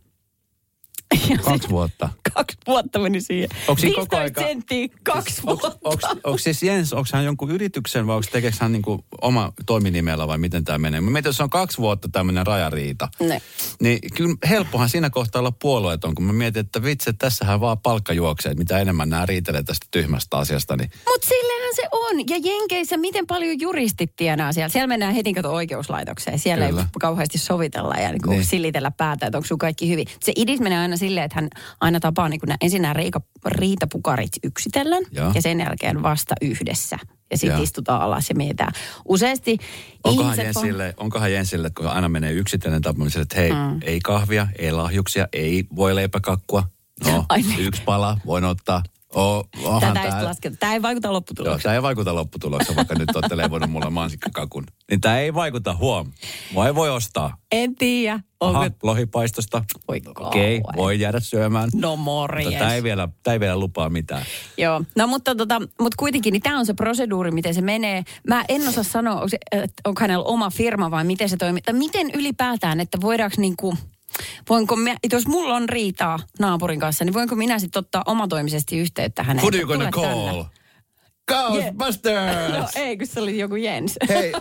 2 vuotta. 2 vuotta meni siihen. 15 senttiä, 2 vuotta. Onko siis Jens, onko hän jonkun yrityksen vai tekeekö hän niinku oma toiminimellä vai miten tämä menee? Mä mietin, jos on 2 vuotta tämmöinen rajariita. Ne. Niin kyllä helppohan siinä kohtaa olla puolueeton, kun mä mietin, että vitsi, tässähän vaan palkka juoksee, mitä enemmän nämä riitelee tästä tyhmästä asiasta. Niin... Mutta sillähän se on. Ja Jenkeissä miten paljon juristit tienaa siellä. Siellä mennään heti oikeuslaitokseen. Siellä kyllä. Ei kauheasti sovitella ja niin silitellä päätä, että onko sun kaikki hyvin. Se idis menee aina silleen, että hän aina tapaa niin ensin nämä riitapukarit yksitellen ja sen jälkeen vasta yhdessä. Ja sitten istutaan alas ja mietitään. Useasti onkohan Jensille, kun aina menee yksitellen tapaamiselle, että hei, ei kahvia, ei lahjuksia, ei voileipäkakkua. No, yksi pala voin ottaa. Tämä ei vaikuta lopputulokseen. Joo, tämä ei vaikuta lopputulokseen, vaikka nyt olette leivonnut mulle mansikkakakun. Niin tämä ei vaikuta Vai voi ostaa? En tiedä. Aha, lohipaistosta. Okei, voi jäädä syömään. No morjes. Tämä ei vielä lupaa mitään. Joo, no mutta kuitenkin niin tämä on se proseduuri, miten se menee. Mä en osaa sanoa, onko hänellä oma firma vai miten se toimii. Miten ylipäätään, että voidaanko niinku... jos mulla on riitaa naapurin kanssa, niin voinko minä sitten ottaa omatoimisesti yhteyttä häneen? Who do you gonna call? Ghostbusters! No ei, kun se oli joku Jens. Hei,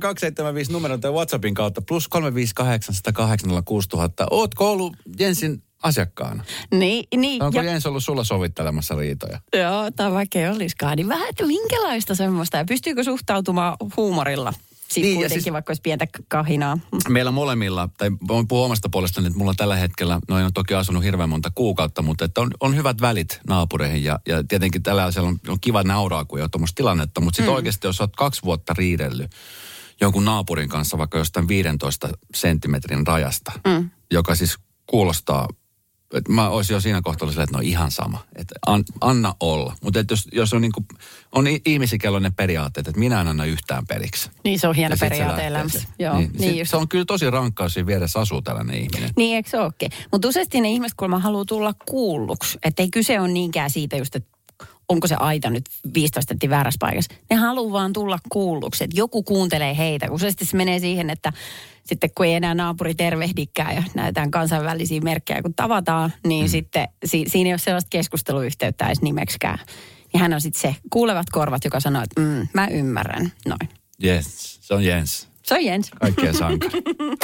17275 numeron tai WhatsAppin kautta plus 358 108 06000. Ootko ollut Jensin asiakkaana. Niin. Onko Jens ollut sulla sovittelemassa riitoja? Joo, tai vaikka ei olisikaan. Niin vähän, että minkälaista semmoista. Ja pystyykö suhtautumaan huumorilla? Sitten kuitenkin, siis, vaikka olisi pientä kahinaa. Meillä molemmilla, tai voin puhua omasta puolestani, että mulla tällä hetkellä, no en ole toki asunut hirveän monta kuukautta, mutta että on hyvät välit naapureihin. Ja tietenkin tällaisella on kiva nauraa, kun ei ole tuommoista tilannetta. Mutta sitten oikeasti, jos olet 2 vuotta riidellyt jonkun naapurin kanssa vaikka jostain 15 senttimetrin rajasta, joka siis kuulostaa, että mä olisin jo siinä kohtaa silleen, että no ihan sama. Että anna olla. Mutta jos on, niinku, on ihmisiä, kello ne periaatteet, että minä en anna yhtään periksi. Niin se on hieno periaate elämässä. Joo, niin se on kyllä tosi rankkaa, jos siinä vieressä asuu tällainen ihminen. Niin, eikö se ookin? Mutta useasti ne ihmiset kuulemma haluaa tulla kuulluksi. Että ei kyse ole niinkään siitä just, että onko se aita nyt 15 senttiä väärässä paikassa. Ne haluaa vaan tulla kuulluksi, että joku kuuntelee heitä. Useasti se menee siihen, että sitten kun ei enää naapuri tervehdikään ja näytetään kansainvälisiä merkkejä, kun tavataan, niin sitten siinä ei ole sellaista keskusteluyhteyttä edes nimeksikään. Ja hän on sitten se kuulevat korvat, joka sanoo, että mä ymmärrän. Noin. Yes, se on Jens. Se on Jens. Kaikkien sankari.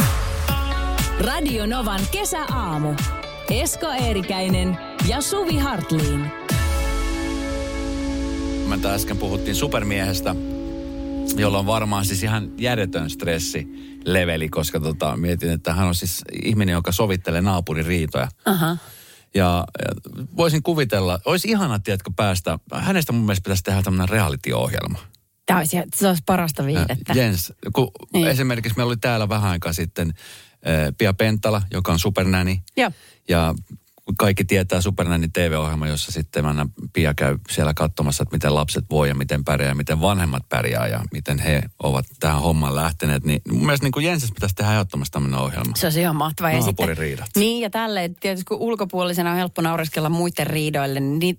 Radio Novan kesäaamu. Esko Eerikäinen ja Suvi Hartliin. Me äsken puhuttiin supermiehestä, jolla on varmaan siis ihan järjetön stressileveli, koska mietin, että hän on siis ihminen, joka sovittelee naapurin riitoja. Aha. Ja voisin kuvitella, olisi ihana, tiedätkö, päästä, hänestä mun mielestä pitäisi tehdä tämmöinen reality-ohjelma. Se olisi parasta viihdettä. Jens, kun esimerkiksi meillä oli täällä vähän aikaa sitten Pia Penttala, joka on supernäni. Joo. Ja kaikki tietää Supernänin TV-ohjelma, jossa sitten Pia käy siellä katsomassa, että miten lapset voi ja miten pärjää ja miten vanhemmat pärjää ja miten he ovat tähän hommaan lähteneet. Niin mun mielestä niin kuin Jenses pitäisi tehdä ehdottomasti tämmöinen ohjelma. Se on ihan mahtavaa. Naapurin riidat. Niin ja tälleen, tietysti kun ulkopuolisena on helppo naureskella muiden riidoille, niin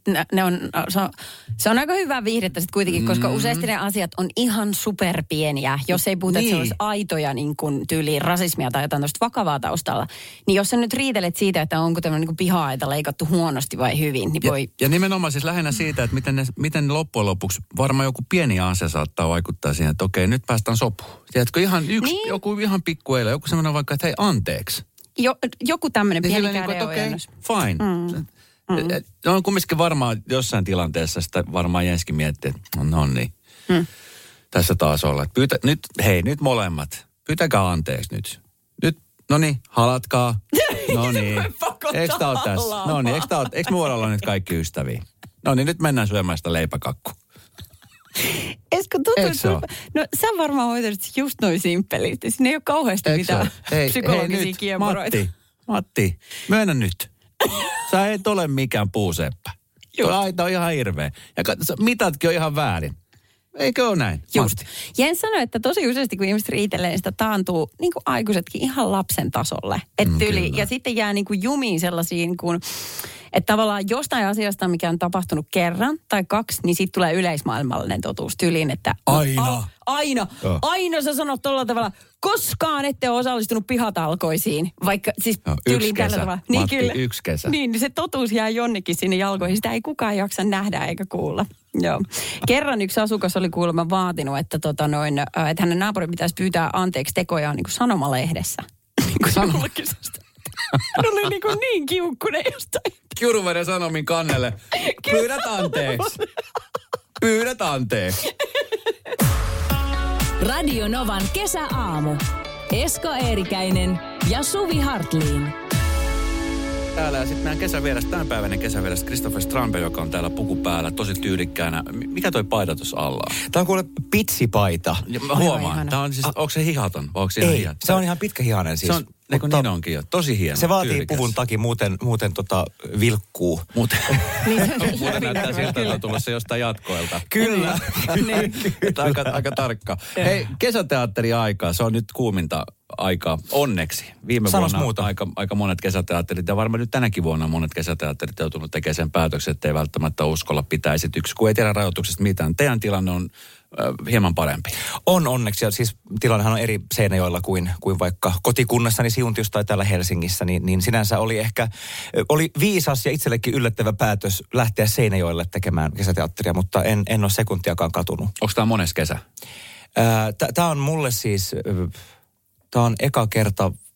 se on aika hyvää viihdettä sitten kuitenkin, koska useasti ne asiat on ihan superpieniä. Jos ei puhuta, että se olisi aitoja niin kuin tyyliin rasismia tai jotain tuosta vakavaa taustalla. Niin jos sä nyt riitelet siitä, että onko tämmöinen niin kuin piha-aita leikattu huonosti vai hyvin, niin voi... Ja nimenomaan siis lähinnä siitä, että miten loppujen lopuksi varmaan joku pieni asia saattaa vaikuttaa siihen, että okei, nyt päästään sopuun. Tiedätkö, joku ihan pikkueilä, joku semmoinen vaikka, että hei, anteeksi. Joku tämmöinen niin pieni kädenojennus. Fine. On kumminkin varmaan jossain tilanteessa sitä varmaan Jenskin miettii, että no niin, tässä taas ollaan. Nyt molemmat, pyytäkää anteeksi nyt. No niin, halatkaa. No niin. Eikö tää ole tässä? No niin, eikö me voida olla nyt kaikki ystäviä? No niin, nyt mennään syömään sitä leipäkakkua. Esko, no sä varmaan hoitanut just noin simppelisti. Siinä ei ole kauheasti mitään psykologisia kiemuroita. Matti, myönnä nyt. Sä et ole mikään puuseppä. Tuo aita on ihan hirveä. Ja mitatkin on ihan väärin. Eikö ole näin? Just. Jens sanoi, että tosi useasti kun ihmiset riitelee, niin sitä taantuu niin kuin aikuisetkin ihan lapsen tasolle. Ja sitten jää niin kuin jumiin sellaisiin, kuin, että tavallaan jostain asiasta, mikä on tapahtunut kerran tai 2, niin siitä tulee yleismaailmallinen totuus tyyliin, että... Aina sä sanot tolla tavalla, koskaan ette ole osallistunut pihatalkoisiin, vaikka siis tyyliin tällä tavalla. Niin Matti, kyllä. 1 kesä. Niin se totuus jää jonnekin sinne jalkoihin. Sitä ei kukaan jaksa nähdä eikä kuulla. Joo. Kerran yksi asukas oli kuulemma vaatinut, että, että hänen naapurin pitäisi pyytää anteeksi tekojaan niin kuin sanomalehdessä. Sanomalehdestä. Hän oli niin kiukkunen jostain. Kiuruveden Sanomin kannelle. Pyydät anteeksi. Pyydät anteeksi. Radio Novan kesäaamu. Esko Eerikäinen ja Suvi Hartliin. Täällä ja sitten meidän kesävieras, tämänpäiväinen kesävieras Christopher Strandberg, joka on täällä puku päällä tosi tyylikkäänä. Mikä toi paita tuossa alla on? Tämä on kuule pitsipaita. Mä huomaan. Tämä on siis, onko se hihaton vai onko se ihan hihat? Se on ihan pitkähihainen siis. Se on, niin onkin jo. Tosi hieno. Se vaatii puvun takia, muuten vilkkuu. Muuten näyttää siltä, että on tulossa jostain jatkoilta. Kyllä. Aika tarkka. Hei, kesäteatteriaikaa, se on nyt kuuminta aikaa, onneksi. Viime vuonna aika monet kesäteatterit, ja varmaan nyt tänäkin vuonna monet kesäteatterit joutunut tekemään sen päätöksen, että ei välttämättä uskolla pitäisi yksi, kun ei tiedä rajoituksesta mitään. Teidän tilanne on hieman parempi. On onneksi, ja siis tilannehan on eri Seinäjoella kuin vaikka kotikunnassani Siuntius tai täällä Helsingissä, niin sinänsä oli viisas ja itsellekin yllättävä päätös lähteä Seinäjoelle tekemään kesäteatteria, mutta en ole sekuntiakaan katunut. Onko tämä mones kesä? Tämä on mulle siis, tämä on eka kerta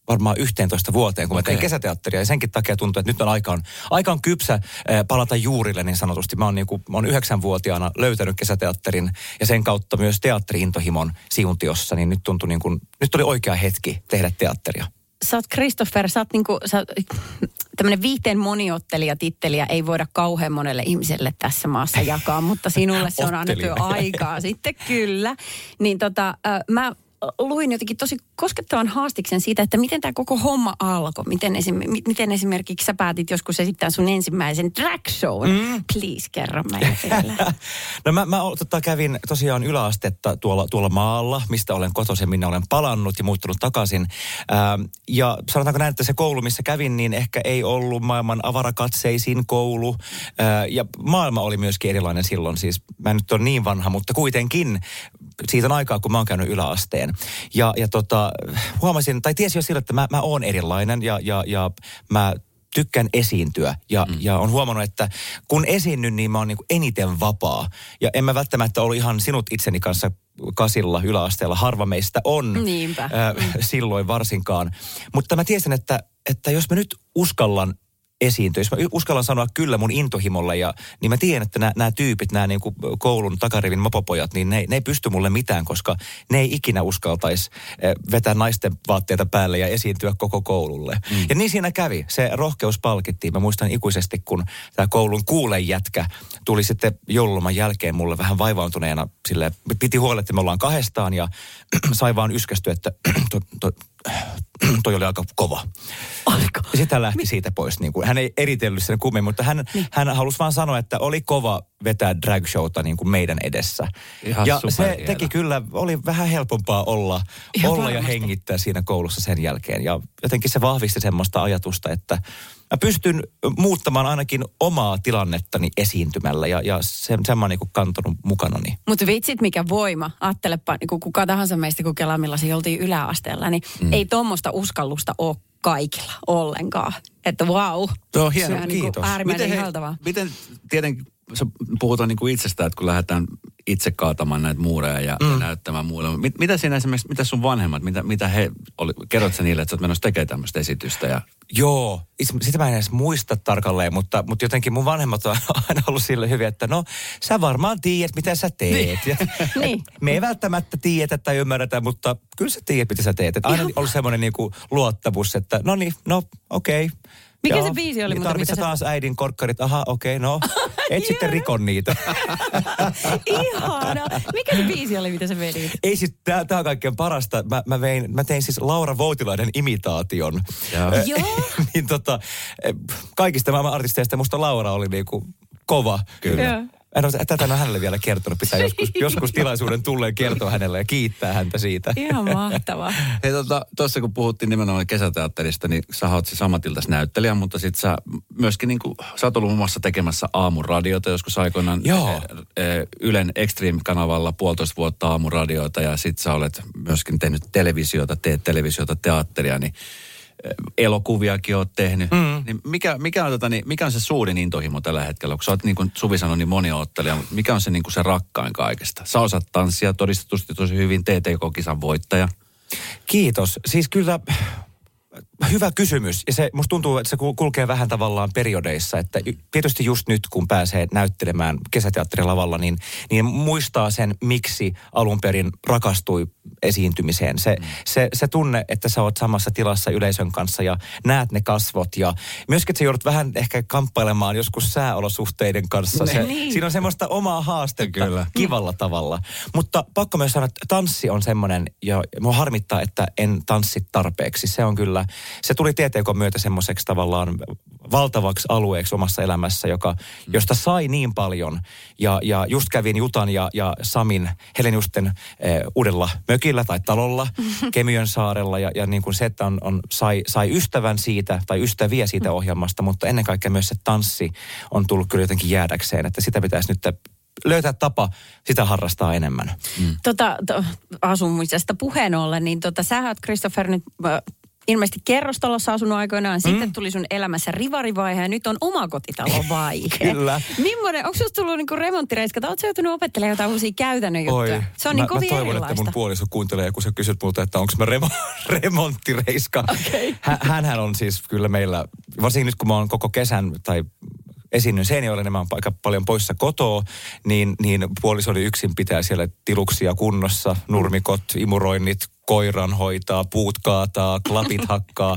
varmaan 11 vuoteen, kun mä tein kesäteatteria. Ja senkin takia tuntuu, että nyt on aika on kypsä palata juurille niin sanotusti. Mä oon 9-vuotiaana löytänyt kesäteatterin ja sen kautta myös teatteri-intohimon Siuntiossa. Niin nyt tuntui nyt oli oikea hetki tehdä teatteria. Sä oot Christopher, tämmöinen viihteen moniottelija-titteliä ei voida kauhean monelle ihmiselle tässä maassa jakaa, mutta sinulle se on annettu jo aikaa sitten, kyllä. Niin mä luin jotenkin tosi koskettavan haastiksen siitä, että miten tämä koko homma alkoi. Miten esimerkiksi sä päätit joskus esittää sun ensimmäisen drag show. Please, kerro meille. No mä kävin tosiaan yläastetta tuolla maalla, mistä olen kotoisin, minne olen palannut ja muuttunut takaisin. Ja sanotaanko näin, että se koulu, missä kävin, niin ehkä ei ollut maailman avarakatseisin koulu. Ja maailma oli myöskin erilainen silloin. Siis mä en nyt ole niin vanha, mutta kuitenkin siitä on aikaa, kun mä oon käynyt yläasteen. Ja huomasin, tai tiesin jo sillä, että mä oon erilainen ja mä tykkään esiintyä. Ja on huomannut, että kun esiinnyn, niin mä oon niinku eniten vapaa. Ja en mä välttämättä ollut ihan sinut itseni kanssa kasilla yläasteella. Harva meistä on. Niinpä. Silloin varsinkaan. Mutta mä tiesin, että jos mä nyt uskallan esiintyä, jos mä uskallan sanoa kyllä mun intohimolle, niin mä tiedän, että nämä tyypit, nämä niinku koulun takarivin mopopojat, niin ne ei pysty mulle mitään, koska ne ei ikinä uskaltaisi vetää naisten vaatteita päälle ja esiintyä koko koululle. Ja niin siinä kävi. Se rohkeus palkittiin. Mä muistan ikuisesti, kun tämä koulun kuulejätkä tuli sitten joululoman jälkeen mulle vähän vaivaantuneena. Silleen, piti huolella, että me ollaan kahdestaan ja sai vaan yskästyä, että toi oli aika kova. Oliko? Sitten hän lähti siitä pois. Niin kuin, hän ei eritellyt sen kummin, mutta hän halusi vaan sanoa, että oli kova vetää drag showta niin kuin meidän edessä. Ihan ja se teki kyllä, oli vähän helpompaa olla ja hengittää siinä koulussa sen jälkeen. Ja jotenkin se vahvisti semmoista ajatusta, että mä pystyn muuttamaan ainakin omaa tilannettani esiintymällä ja sen mä oon niin kantanut mukanani. Mutta vitsit mikä voima. Ajattelepa niin kuka tahansa meistä, kun Kela millaisia oltiin yläasteella, niin ei tuommoista uskallusta ole kaikilla ollenkaan. Että vau. Tuo on hieno, kiitos. Äärimmäinen ihaltavaa. Miten tietenkin puhutaan niin kuin itsestä, että kun lähdetään itse kaatamaan näitä muureja ja näyttämään muille. Mitä siinä esimerkiksi, mitä sun vanhemmat, mitä he oli, kerrot sä niille, että sä oot menossa tekemään tämmöistä esitystä? Ja... Joo, sitä mä en edes muista tarkalleen, mutta jotenkin mun vanhemmat on aina ollut sille hyviä, että no sä varmaan tiedät, mitä sä teet. Niin. Me ei välttämättä tiedetä tai ymmärretä, mutta kyllä sä tiedät, mitä sä teet. Et aina ollut semmoinen niinku luottamus, että okei. Mikä se biisi oli? Tarvitset taas äidin korkkarit. Aha, okei, no. Et sitten rikon niitä. Ihana. Mikä se biisi oli, mitä sä vedit? Ei siis, tää on kaikkein parasta. Mä tein siis Laura Voutilainen imitaation. Joo. Niin kaikista maailman artisteista musta Laura oli niinku kova. Kyllä. Tätä en ole hänelle vielä kertonut. Pitää joskus tilaisuuden tulleen kertoa hänelle ja kiittää häntä siitä. Ihan mahtavaa. Hei tuossa kun puhuttiin nimenomaan kesäteatterista, niin sä oot siis ammatiltas näyttelijä, mutta sit sä myöskin niinku, sä oot ollut muun muassa tekemässä aamuradiota joskus aikoinaan. Ylen Extreme-kanavalla 1,5 vuotta aamuradioita ja sit sä olet myöskin teet televisiota, teatteria, niin elokuviakin oot tehnyt. Niin mikä on se suurin intohimo tällä hetkellä? Kun sä oot, niin kuin Suvi sanoi, niin moniottelija, mutta mikä on se, niin kuin se rakkain kaikesta? Sä osaat tanssia todistetusti tosi hyvin, TTK-kisan voittaja. Kiitos. Siis kyllä hyvä kysymys. Ja se musta tuntuu, että se kulkee vähän tavallaan periodeissa. Että tietysti just nyt, kun pääsee näyttelemään kesäteatterilavalla, niin muistaa sen, miksi alun perin rakastui esiintymiseen. Se tunne, että sä oot samassa tilassa yleisön kanssa ja näet ne kasvot. Ja myöskin, että sä joudut vähän ehkä kamppailemaan joskus sääolosuhteiden kanssa. Siinä on semmoista omaa haastetta kivalla tavalla. Mutta pakko myös sanoa, että tanssi on semmoinen, ja mua harmittaa, että en tanssi tarpeeksi. Se on kyllä, se tuli TTK:n myötä semmoiseksi tavallaan valtavaksi alueeksi omassa elämässä, josta sai niin paljon. Ja just kävin Jutan ja Samin Heleniusten uudella mökillä tai talolla Kemiön saarella. Ja niin kuin se, että sai ystävän siitä tai ystäviä siitä ohjelmasta, mutta ennen kaikkea myös se tanssi on tullut kyllä jotenkin jäädäkseen, että sitä pitäisi nyt löytää tapa sitä harrastaa enemmän. Asumisesta puheen ollen, niin sä oot Christopher nyt ilmeisesti kerrostalossa asunut aikoinaan. Sitten tuli sun elämässä rivarivaihe ja nyt on omakotitalon-vaihe. Kyllä. Millainen, onko susta tullut niinku remonttireiska? Oletko joutunut opettelemaan jotain uusia käytännön juttuja? Se on niin kovin mä toivon, erilaista. että mun puoliso kuuntelee, kun sä kysyt multa, että onko mä remonttireiska. Okay. Hänhän on siis kyllä meillä, varsinkin nyt kun mä oon koko kesän tai esiinnyin Seinäjoella, niin mä oon aika paljon poissa kotoa, niin puoliso oli yksin pitää siellä tiluksia kunnossa, nurmikot, imuroinnit, koiran hoitaa, puut kaataa, klapit hakkaa.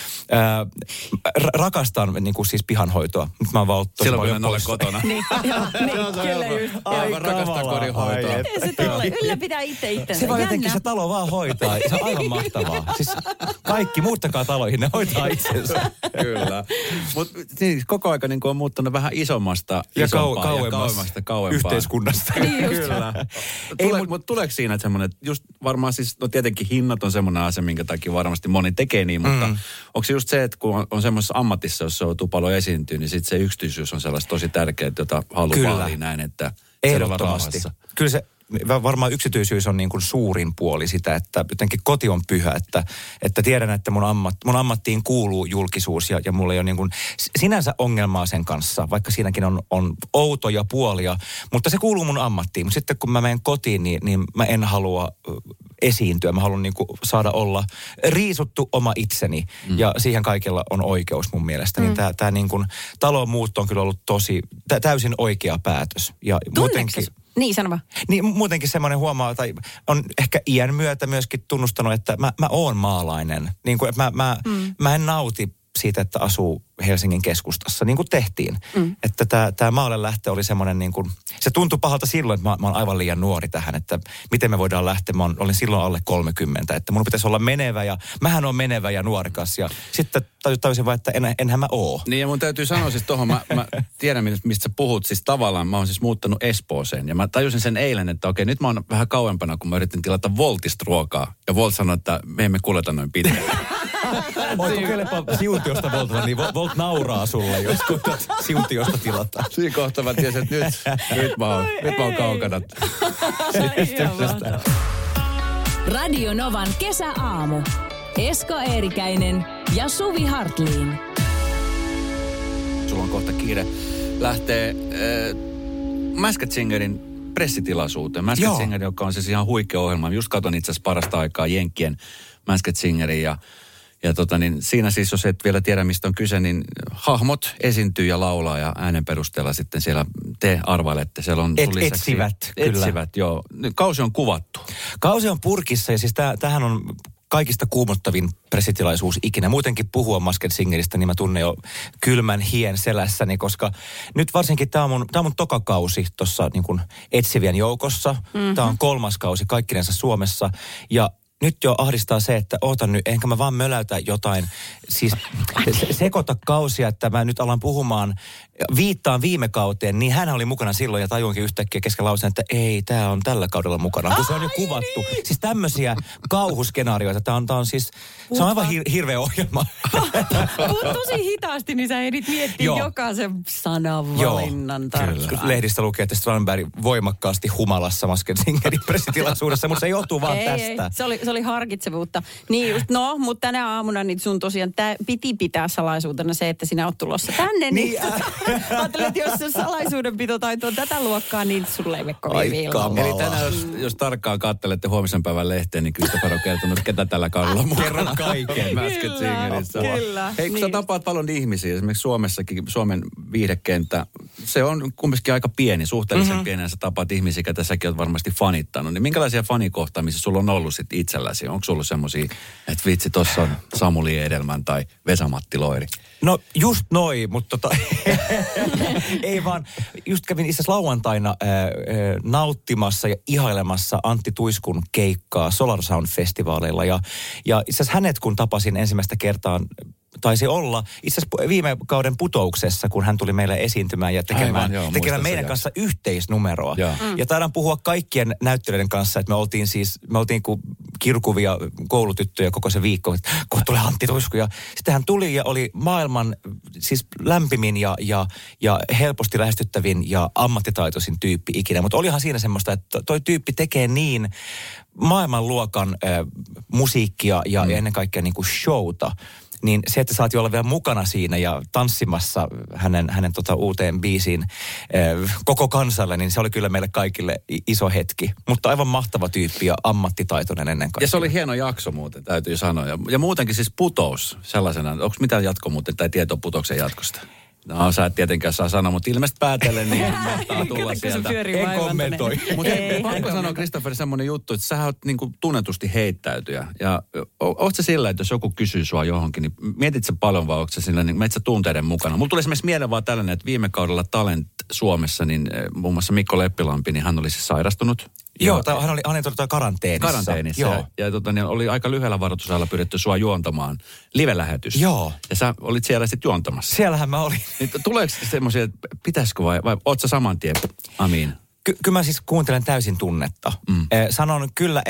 Rakastan niin kuin siis pihanhoitoa. Nyt mä oon vaan tosi silloin paljon kun en ole kotona. Niin, kyllä just. Aivan rakastaa kodinhoitoa. Se tulee ylläpitää itsensä. Se vaan jotenkin se talo vaan hoitaa. Se on aivan mahtavaa. Siis kaikki, muuttakaa taloihin, ne hoitaa itsensä. Kyllä. Mutta niin, koko aika niin on muuttunut vähän isommasta ja kauemmasta. Yhteiskunnasta. Kyllä. Mutta tuleeko siinä semmoinen, että just varmaan siis, no tietenkin hinnat on semmoinen asia, minkä takia varmasti moni tekee niin, mutta onko se just se, että kun on semmoisessa ammatissa, jossa joutuu paljon esiintyä, niin sitten se yksityisyys on sellaista tosi tärkeää, jota haluaa vaalia näin, että ehdottomasti. Kyllä se varmaan yksityisyys on niin kuin suurin puoli sitä, että jotenkin koti on pyhä, että tiedän, että mun ammattiin kuuluu julkisuus ja mulla ei ole niin kuin sinänsä ongelmaa sen kanssa, vaikka siinäkin on outoja puolia, mutta se kuuluu mun ammattiin. Mutta sitten kun mä menen kotiin, niin mä en halua esiintyä. Mä haluan niin kuin saada olla riisuttu oma itseni ja siihen kaikella on oikeus mun mielestä. Niin tää niin kuin talon muutto on kyllä ollut täysin oikea päätös. Ja muutenkin niin, sano vaan. Niin muutenkin semmoinen huomaa, tai on ehkä iän myötä myöskin tunnustanut, että mä oon maalainen. Niin kuin, että mä en nauti siitä, että asuu Helsingin keskustassa, niin kuin tehtiin. Että tämä maalle lähtö oli semmoinen niin kuin, se tuntui pahalta silloin, että mä oon aivan liian nuori tähän, että miten me voidaan lähteä. Mä olin silloin alle 30, että mun pitäisi olla menevä ja mähän on menevä ja nuorikas ja sitten tajusin vaan, että enhän mä oo. Niin ja mun täytyy sanoa siis tohon, mä tiedän mistä sä puhut, siis tavallaan mä oon siis muuttanut Espooseen ja mä tajusin sen eilen, että okei, nyt mä oon vähän kauempana, kun mä yritin tilata Voltista ruokaa ja Volt sanoi, että me emme kuljeta noin pitkään. Oi, kokeilepa Siuntiosta Voltilla, niin Volt nauraa sulle, jos koetat Siuntiosta tilata. Siinä kohtaa mä tiesin, että nyt mä oon kaukana. Radio Novan kesäaamu. Esko Eerikäinen ja Suvi Hartliin. Sulla on kohta kiire lähtee Masked Singerin pressitilaisuuteen. Masked Singer, joka on siis ihan huikea ohjelma. Just katon itse asiassa parasta aikaa Jenkkien Masked Singerin ja siinä siis, jos et vielä tiedä, mistä on kyse, niin hahmot esiintyy ja laulaa ja äänen perusteella sitten siellä te arvailette. Siellä on etsivät, joo. Kausi on kuvattu. Kausi on purkissa ja siis tämähän on kaikista kuumottavin pressitilaisuus ikinä. Muutenkin puhua Masked Singeristä, niin mä tunnen jo kylmän hien selässäni, koska nyt varsinkin tämä on mun toka kausi tuossa niin kuin etsivien joukossa. Tämä on 3. kausi kaikkinensa Suomessa ja nyt jo ahdistaa se, että ootan nyt, enkä mä vaan möläytä jotain, siis sekoita kausia, että mä nyt alan puhumaan, viittaan viime kauteen, niin hän oli mukana silloin ja tajuinkin yhtäkkiä kesken lauseen, että ei, tää on tällä kaudella mukana, kun se on jo kuvattu. Niin. Siis tämmöisiä kauhuskenaarioita, tää on siis, se on aivan hirveä ohjelma. Puhut tosi hitaasti, niin sä ehdit miettiä jokaisen sananvalinnan tarkkaan. Lehdistä lukee, että Strandberg voimakkaasti humalassa Masked Singerin pressitilaisuudessa, mutta se johtuu vaan tästä. Se oli harkitsevuutta. Niin just, mutta tänä aamuna niin sun tosiaan piti pitää salaisuutena se, että sinä oot tulossa tänne. Niin ajattelin, että jos se salaisuudenpitotaito on tätä luokkaa, niin sulle ei kovin viilaa. Eli tänään, jos tarkkaan katselette huomisen päivän lehteen, niin Christopher on kertonut, ketä tällä kaudella on mukana. Kerron kaiken. Masked Singerissä. Kyllä. Hei, kun sä tapaat paljon ihmisiä, esimerkiksi Suomessakin, Suomen viihdekenttä, se on kumminkin aika pieni, suhteellisen pieni, sä tapaat ihmisiä, ketä säkin oot varmasti fanittanut. Niin minkälaisia fanikohtaamisia sulla on ollut sit itselläsi? Onko sulla semmosia, että vitsi, tossa on Samuli Edelman tai Vesa-Matti Loiri? No just noi, mutta ei vaan, just kävin itse asiassa lauantaina nauttimassa ja ihailemassa Antti Tuiskun keikkaa Solar Sound-festivaaleilla. Ja itse asiassa hänet kun tapasin ensimmäistä kertaa, taisi olla itse asiassa viime kauden Putouksessa, kun hän tuli meille esiintymään ja tekemään meidän kanssa yhteisnumeroa. Ja taidaan puhua kaikkien näyttelijöiden kanssa, että me oltiin kuin kirkuvia koulutyttöjä koko se viikko, että kohta tulee Antti Tuisku. Ja sitten hän tuli ja oli maailman siis lämpimin ja helposti lähestyttävin ja ammattitaitoisin tyyppi ikinä. Mutta olihan siinä semmoista, että toi tyyppi tekee niin maailmanluokan musiikkia ja ennen kaikkea niin kuin showta. Niin se, että saat jo olla vielä mukana siinä ja tanssimassa hänen uuteen biisiin koko kansalle, niin se oli kyllä meille kaikille iso hetki. Mutta aivan mahtava tyyppi ja ammattitaitoinen ennen kaikkea. Ja se oli hieno jakso muuten, täytyy sanoa. Ja muutenkin siis Putous sellaisena. Onko mitään jatko muuten tai tietoa Putouksen jatkosta? No sä et tietenkään saa sanoa, mutta ilmeisesti päätellen niin mahtaa tulla sieltä. En kommentoi. Mutta pakko sanoa, Christopher, semmoinen juttu, että sä oot niin kuin tunnetusti heittäytyjä. Ja oot sä sillä, että jos joku kysyy sua johonkin, niin mietit sä paljon vai oot sä sillä, niin menet sä tunteiden mukana? Mulla tuli esimerkiksi mieleen vaan tällainen, että viime kaudella Talent Suomessa, niin muun muassa Mikko Leppilampi, niin hän oli siis sairastunut. Joo, hän oli karanteenissa. Karanteenissa. Ja niin oli aika lyhyellä varoitusajalla pyydetty sua juontamaan live-lähetys. Joo. Ja sä olit siellä sitten juontamassa. Siellähän mä olin. Niin tuleeko semmoisia, että pitäisikö vai oot sä saman tien amiin? Kyllä mä siis kuuntelen täysin tunnetta. Sanon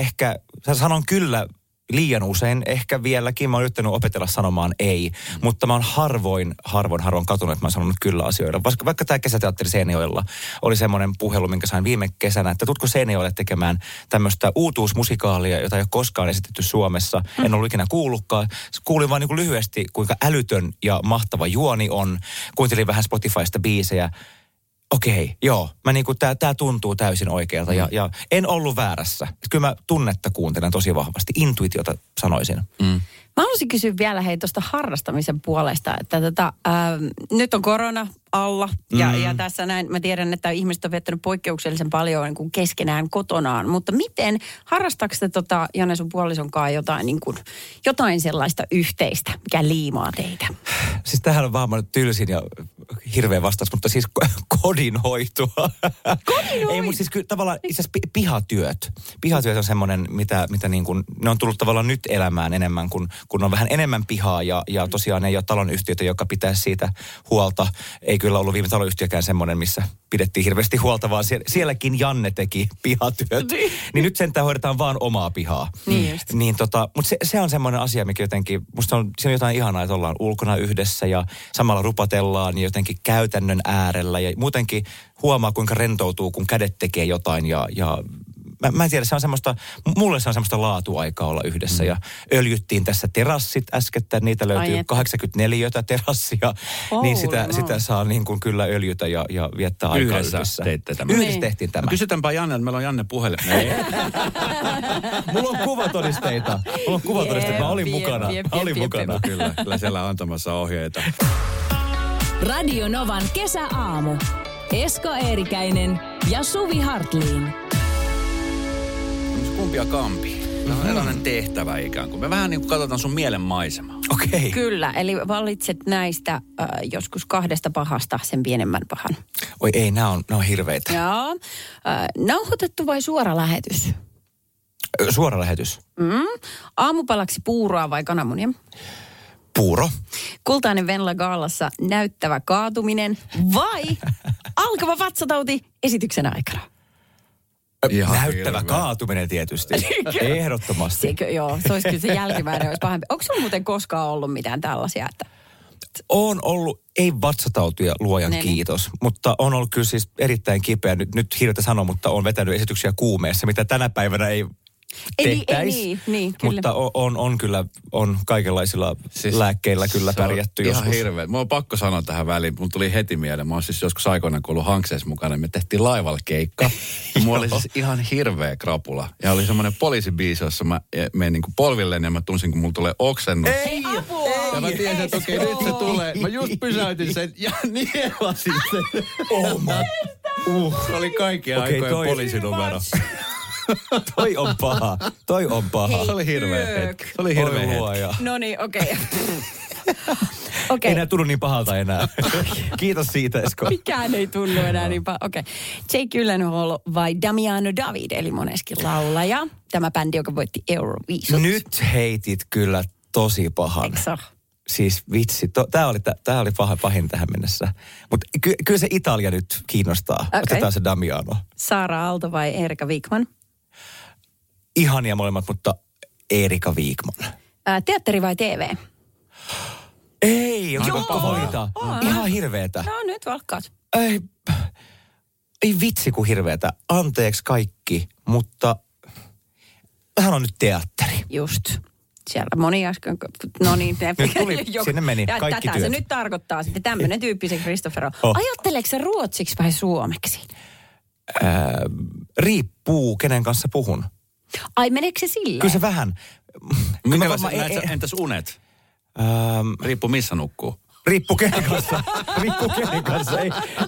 kyllä liian usein, ehkä vieläkin. Mä oon yrittänyt opetella sanomaan ei, mutta mä oon harvoin katunut, että mä oon sanonut kyllä asioille. Vaikka tämä kesäteatteri Seinäjoella oli semmoinen puhelu, minkä sain viime kesänä, että tutko Seinäjoelle tekemään tämmöistä uutuusmusikaalia, jota ei ole koskaan esitetty Suomessa. En ollut ikinä kuullutkaan. Kuulin vaan niin kuin lyhyesti, kuinka älytön ja mahtava juoni on. Kuuntelin vähän Spotifysta biisejä. Okei, joo. Mä niinku, tää tuntuu täysin oikealta ja en ollut väärässä. Kyllä mä tunnetta kuuntelen tosi vahvasti. Intuitiota sanoisin. Mä haluaisin kysyä vielä tuosta harrastamisen puolesta, että nyt on korona alla ja tässä näin, mä tiedän, että ihmiset on viettänyt poikkeuksellisen paljon niin kuin keskenään kotonaan, mutta miten, harrastaako te Janne sun puolisonkaan jotain sellaista yhteistä, mikä liimaa teitä? Siis tämähän on vaan tylsin ja hirveä vastaus, mutta siis kodinhoitoa. Ei, mutta siis kyllä tavallaan itse asiassa pihatyöt. Pihatyöt on semmoinen, mitä niin kuin, ne on tullut tavallaan nyt elämään enemmän, kun on vähän enemmän pihaa ja tosiaan ei ole talonyhtiötä, joka pitää siitä huolta. Ei kyllä ollut viime taloyhtiökään semmoinen, missä pidettiin hirveästi huolta, vaan sielläkin Janne teki pihatyöt. Niin nyt sentään hoidetaan vaan omaa pihaa. Niin mutta se on semmoinen asia, mikä jotenkin, musta siinä on jotain ihanaa, että ollaan ulkona yhdessä ja samalla rupatellaan jotenkin käytännön äärellä ja muutenkin huomaa, kuinka rentoutuu, kun kädet tekee jotain ja mä en tiedä, mulle se on semmoista laatuaikaa olla yhdessä ja öljyttiin tässä terassit äskettä, niitä löytyy 84 terassia, niin sitä saa niin kuin kyllä öljytä ja viettää aikaa yhdessä. Teitte tämän. Yhdessä tehtiin tämä. Kysytäänpä Janne, että meillä on Janne puhelin. Mulla on kuvatodisteita. Mä olin mukana. Kyllä siellä on antamassa ohjeita. Radio Novan kesäaamu. Esko Eerikäinen ja Suvi Hartliin. Kumpia kampi? Tämä on erilainen tehtävä ikään kuin. Me vähän niin kuin katsotaan sun mielen maisemaa. Okei. Kyllä, eli valitset näistä joskus 2 pahasta sen pienemmän pahan. Oi ei, nämä on hirveitä. Joo. Nauhoitettu vai suora lähetys? Suora lähetys. Aamupalaksi puuroa vai kananmunia? Puuro. Kultainen Venla Gaalassa näyttävä kaatuminen vai alkava vatsatauti esityksen aikana? Ihan näyttävä hirveä kaatuminen tietysti. Ehdottomasti. Se olisi kyllä se jälkimmäinen olisi pahempi. Onko sinulla muuten koskaan ollut mitään tällaisia? On ollut, ei vatsatautia luojan kiitos, mutta on ollut kyllä siis erittäin kipeä. Nyt hirveätä sanoa, mutta on vetänyt esityksiä kuumeessa, mitä tänä päivänä ei tehtäisi. Niin, mutta on kaikenlaisilla siis lääkkeillä kyllä pärjätty joskus. Ihan hirveä. Mä oon pakko sanoa tähän väliin. Mun tuli heti mieleen. Mä oon siis joskus aikoinaan, kun ollut Hankseessa mukana, me tehtiin laivalla keikka. Mulla oli siis ihan hirveä krapula. Ja oli semmoinen poliisibiisi, jossa mä menen niin kuin polvilleen ja mä tunsin, kun mulla tulee oksennus. Ei, ja mä tiesin, että okei, nyt se tulee. Mä just pysäytin sen ja nielasin sen. Se oli kaikkien aikojen poliisinumero. Toi on paha. Se oli hirveä hetki. No niin, okei. Ei enää tunnu niin pahalta enää. Kiitos siitä, Esko. Mikään ei tunnu enää niin pahalta. Okei. Jake Gyllenhaal vai Damiano David, eli moneskin laulaja. Tämä bändi, joka voitti Euroviisut. Nyt heitit kyllä tosi pahan. Eikö? Siis vitsi, tää oli pahin tähän mennessä. Mutta kyllä se Italia nyt kiinnostaa. Okay. Otetaan se Damiano. Sara Aalto vai Erika Wikman? Ihania molemmat, mutta Eerika Wikman. Teatteri vai TV? Ei, on pakko valita. Ihan hirveetä. No nyt valkkaat. Ei vitsi kun hirveetä. Anteeksi kaikki, mutta vähän on nyt teatteri. Just. Siellä moni äsken, no niin. Nyt tuli, sinne meni kaikki tätä työt. se nyt tarkoittaa sitten tämmöinen tyyppi se Christopher. Ajatteleeko se ruotsiksi vai suomeksi? Riippuu, kenen kanssa puhun. Ai meneekö se silleen? Kyllä se vähän. Entäs unet? Riippuu missä nukkuu. Riippuu kenen kanssa. Ei.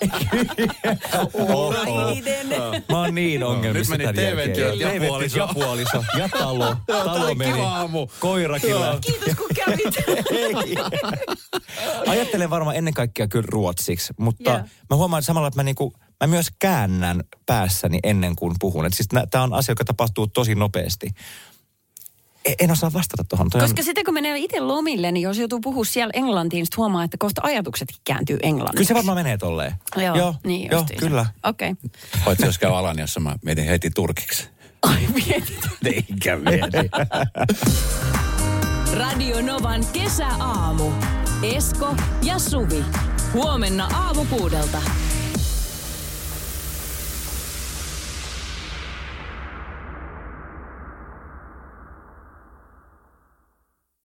Mä oon niin ongelmissa. Nyt meni TV-työt ja puoliso. Ja talo. Talo meni. Koira kyllä. Kiitos kun kävit. Ajattelen varmaan ennen kaikkea kyllä ruotsiksi, mutta mä huomaan samalla, että mä myös käännän päässäni ennen kuin puhun. Siis tää on asia, joka tapahtuu tosi nopeasti. En osaa vastata tuohon. Koska sitten kun menee itse lomille, niin jos joutuu puhua siellä englantiin, niin huomaa, että kohta ajatuksetkin kääntyy englanniksi. Kyllä se varmaan menee tolleen. Joo, kyllä. Okei. Paitsi jos käy Alaniassa, mä mietin heti turkiksi. Ai mietit. Eikä mieti. Radio Novan kesäaamu. Esko ja Suvi. Huomenna aamu 6.